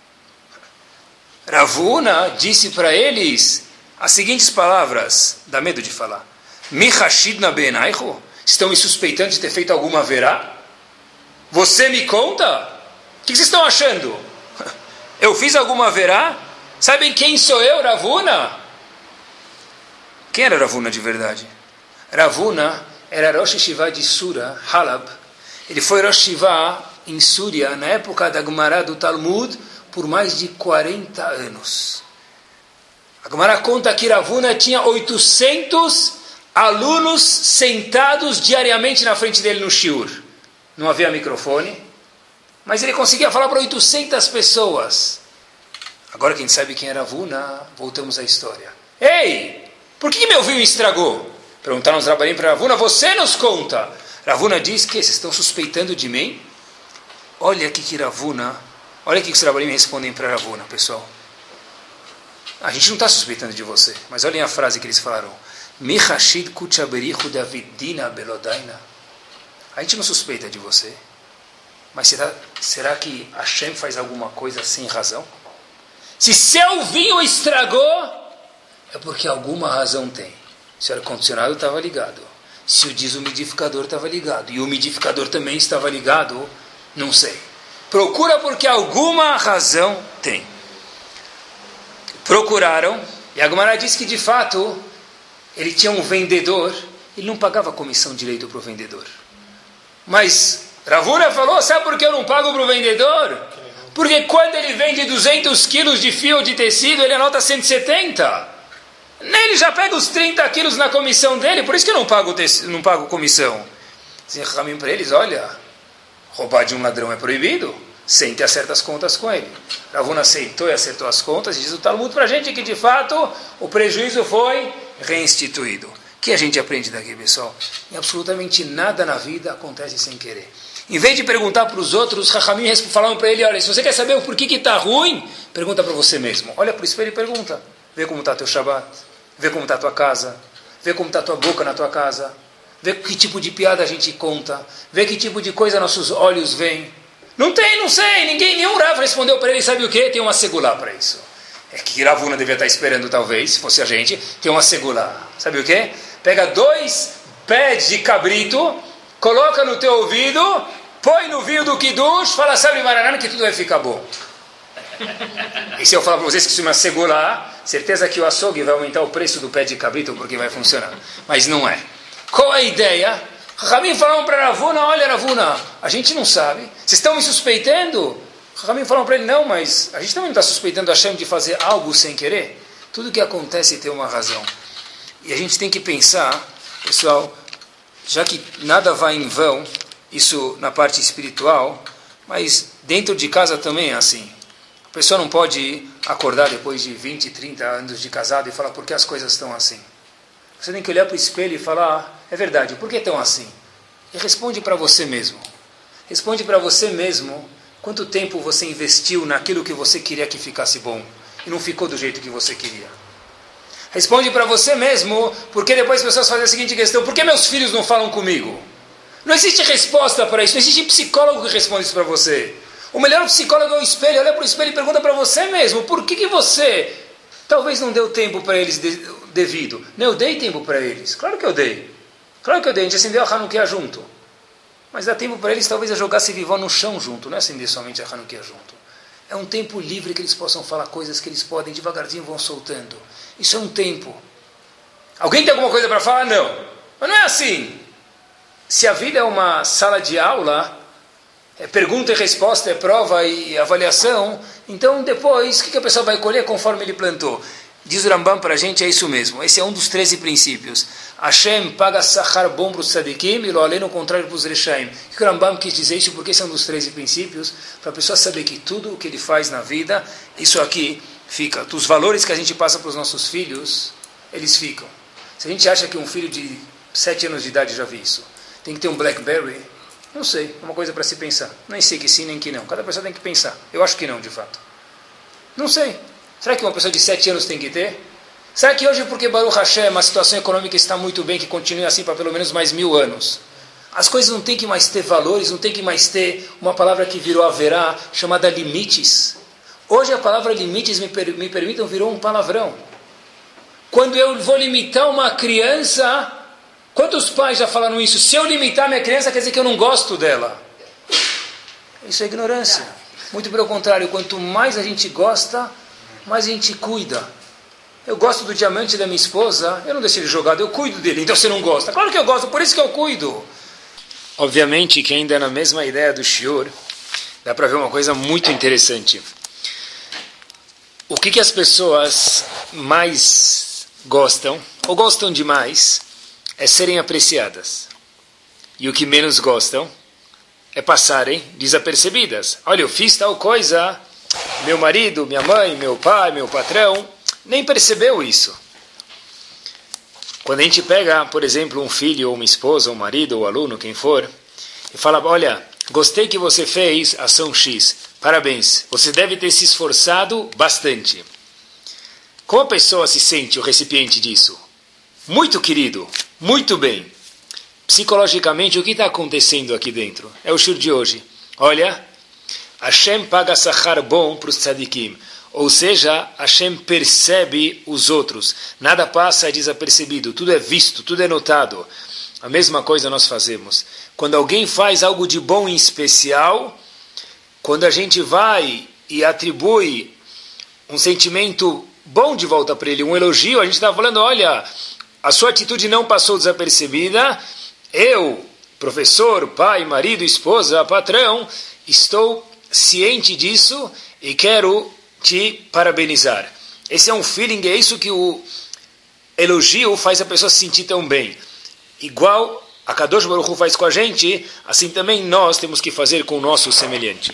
Ravuna disse para eles as seguintes palavras, dá medo de falar. Michashidna benaichu? Estão me suspeitando de ter feito alguma verá? Você me conta? O que vocês estão achando? Eu fiz alguma verá? Sabem quem sou eu, Ravuna? Quem era Ravuna de verdade? Ravuna era Rosh Yeshiva de Sura, Halab. Ele foi Rosh Yeshiva em Súria, na época da Gemara do Talmud, por mais de quarenta anos. A Gemara conta que Ravuna tinha oitocentos alunos sentados diariamente na frente dele no shiur. Não havia microfone, mas ele conseguia falar para oitocentas pessoas. Agora quem sabe quem era Ravuna, voltamos à história. Ei, por que meu vinho estragou? Perguntaram os rabanim para Ravuna, você nos conta. Ravuna diz que vocês estão suspeitando de mim? Olha aqui que Ravuna, olha aqui que os rabanim respondem para Ravuna, pessoal. A gente não está suspeitando de você, mas olhem a frase que eles falaram. Michashid kuchaberichu davidina belodaina. A gente não suspeita de você, mas será, será que Hashem faz alguma coisa sem razão? Se seu vinho estragou, é porque alguma razão tem. Se o ar-condicionado estava ligado, se o desumidificador estava ligado, e o umidificador também estava ligado, não sei. Procura porque alguma razão tem. Procuraram, e a Gemara diz que de fato, ele tinha um vendedor, ele não pagava comissão direito para o vendedor. Mas Ravuna falou, sabe por que eu não pago para o vendedor? Porque quando ele vende duzentos quilos de fio de tecido, ele anota cento e setenta. Ele já pega os trinta quilos na comissão dele, por isso que eu não pago, não pago comissão. Dizem caminho para eles, olha, roubar de um ladrão é proibido, sente e acerta as contas com ele. Ravuna aceitou e acertou as contas, e diz o Talmud para a gente que de fato o prejuízo foi reinstituído. O que a gente aprende daqui, pessoal? Em absolutamente nada na vida acontece sem querer. Em vez de perguntar para os outros, Chachamim falaram para ele, olha, se você quer saber o porquê que está ruim, pergunta para você mesmo. Olha para o espelho e pergunta. Vê como está teu Shabbat, vê como está a tua casa, vê como está a tua boca na tua casa, vê que tipo de piada a gente conta, vê que tipo de coisa nossos olhos veem. Não tem, não sei, ninguém, nenhum Rav respondeu para ele, sabe o quê? Tem uma segulá para isso. É que Ravuna devia estar esperando, talvez, se fosse a gente, tem uma segulá. Sabe o quê? Pega dois pés de cabrito, coloca no teu ouvido, põe no vinho do Kiddush, fala sabe Maraná que tudo vai ficar bom. E se eu falar para vocês que isso é uma segulá, certeza que o açougue vai aumentar o preço do pé de cabrito porque vai funcionar. Mas não é. Qual a ideia? Ramim falaram para Ravuna, olha Ravuna, a gente não sabe. Vocês estão me suspeitando? Ramim falaram para ele, não, mas a gente também não está suspeitando a Hashem de fazer algo sem querer. Tudo que acontece tem uma razão. E a gente tem que pensar, pessoal, já que nada vai em vão, isso na parte espiritual, mas dentro de casa também é assim. A pessoa não pode acordar depois de vinte, trinta anos de casado e falar por que as coisas estão assim. Você tem que olhar para o espelho e falar, ah, é verdade, por que estão assim? E responde para você mesmo. Responde para você mesmo quanto tempo você investiu naquilo que você queria que ficasse bom e não ficou do jeito que você queria. Responde para você mesmo, porque depois as pessoas fazem a seguinte questão, por que meus filhos não falam comigo? Não existe resposta para isso, não existe psicólogo que responde isso para você. O melhor psicólogo é o espelho, olha para o espelho e pergunta para você mesmo, por que, que você talvez não deu tempo para eles de, devido? Não, eu dei tempo para eles, claro que eu dei. Claro que eu dei, a gente acendeu a Hanukkah junto. Mas dá tempo para eles talvez a jogar vivó no chão junto, não é acender somente a Hanukkah junto. É um tempo livre que eles possam falar coisas que eles podem, devagarzinho vão soltando. Isso é um tempo. Alguém tem alguma coisa para falar? Não. Mas não é assim. Se a vida é uma sala de aula, é pergunta e resposta, é prova e avaliação, então depois, o que a pessoa vai colher conforme ele plantou? Diz o Rambam para a gente, é isso mesmo. Esse é um dos treze princípios. Hashem paga sachar bom para os tzadikim e lo além no contrário para os reshaim. O que o Rambam quis dizer isso? Porque esse é um dos treze princípios, para a pessoa saber que tudo o que ele faz na vida, isso aqui fica. Os valores que a gente passa para os nossos filhos, eles ficam. Se a gente acha que um filho de sete anos de idade, já vi isso, tem que ter um BlackBerry, não sei, é uma coisa para se pensar. Nem sei que sim, nem que não. Cada pessoa tem que pensar. Eu acho que não, de fato. Não sei. Será que uma pessoa de sete anos tem que ter? Será que hoje, porque Baruch Hashem, a situação econômica está muito bem, que continue assim para pelo menos mais mil anos, as coisas não tem que mais ter valores, não tem que mais ter uma palavra que virou haverá, chamada limites. Hoje a palavra limites, me, per, me permitam, virou um palavrão. Quando eu vou limitar uma criança, quantos pais já falaram isso? Se eu limitar minha criança, quer dizer que eu não gosto dela. Isso é ignorância. Muito pelo contrário, quanto mais a gente gosta, mais a gente cuida. Eu gosto do diamante da minha esposa, eu não deixo ele jogado, eu cuido dele. Então você não gosta? Claro que eu gosto, por isso que eu cuido. Obviamente que ainda é na mesma ideia do shiur, dá para ver uma coisa muito interessante. O que, que as pessoas mais gostam, ou gostam demais, é serem apreciadas. E o que menos gostam é passarem desapercebidas. Olha, eu fiz tal coisa, meu marido, minha mãe, meu pai, meu patrão, nem percebeu isso. Quando a gente pega, por exemplo, um filho, ou uma esposa, ou um marido, ou aluno, quem for, e fala, olha, gostei que você fez ação X, parabéns, você deve ter se esforçado bastante. Como a pessoa se sente, o recipiente disso? Muito querido, muito bem. Psicologicamente, o que está acontecendo aqui dentro? É o shur de hoje. Olha, Hashem paga sachar bom para os tzadikim. Ou seja, Hashem percebe os outros. Nada passa desapercebido. Tudo é visto, tudo é notado. A mesma coisa nós fazemos. Quando alguém faz algo de bom em especial, quando a gente vai e atribui um sentimento bom de volta para ele, um elogio, a gente está falando, olha, a sua atitude não passou desapercebida, eu, professor, pai, marido, esposa, patrão, estou ciente disso e quero te parabenizar. Esse é um feeling, é isso que o elogio faz a pessoa se sentir tão bem. Igual a Kadosh Baruch Hu faz com a gente, assim também nós temos que fazer com o nosso semelhante.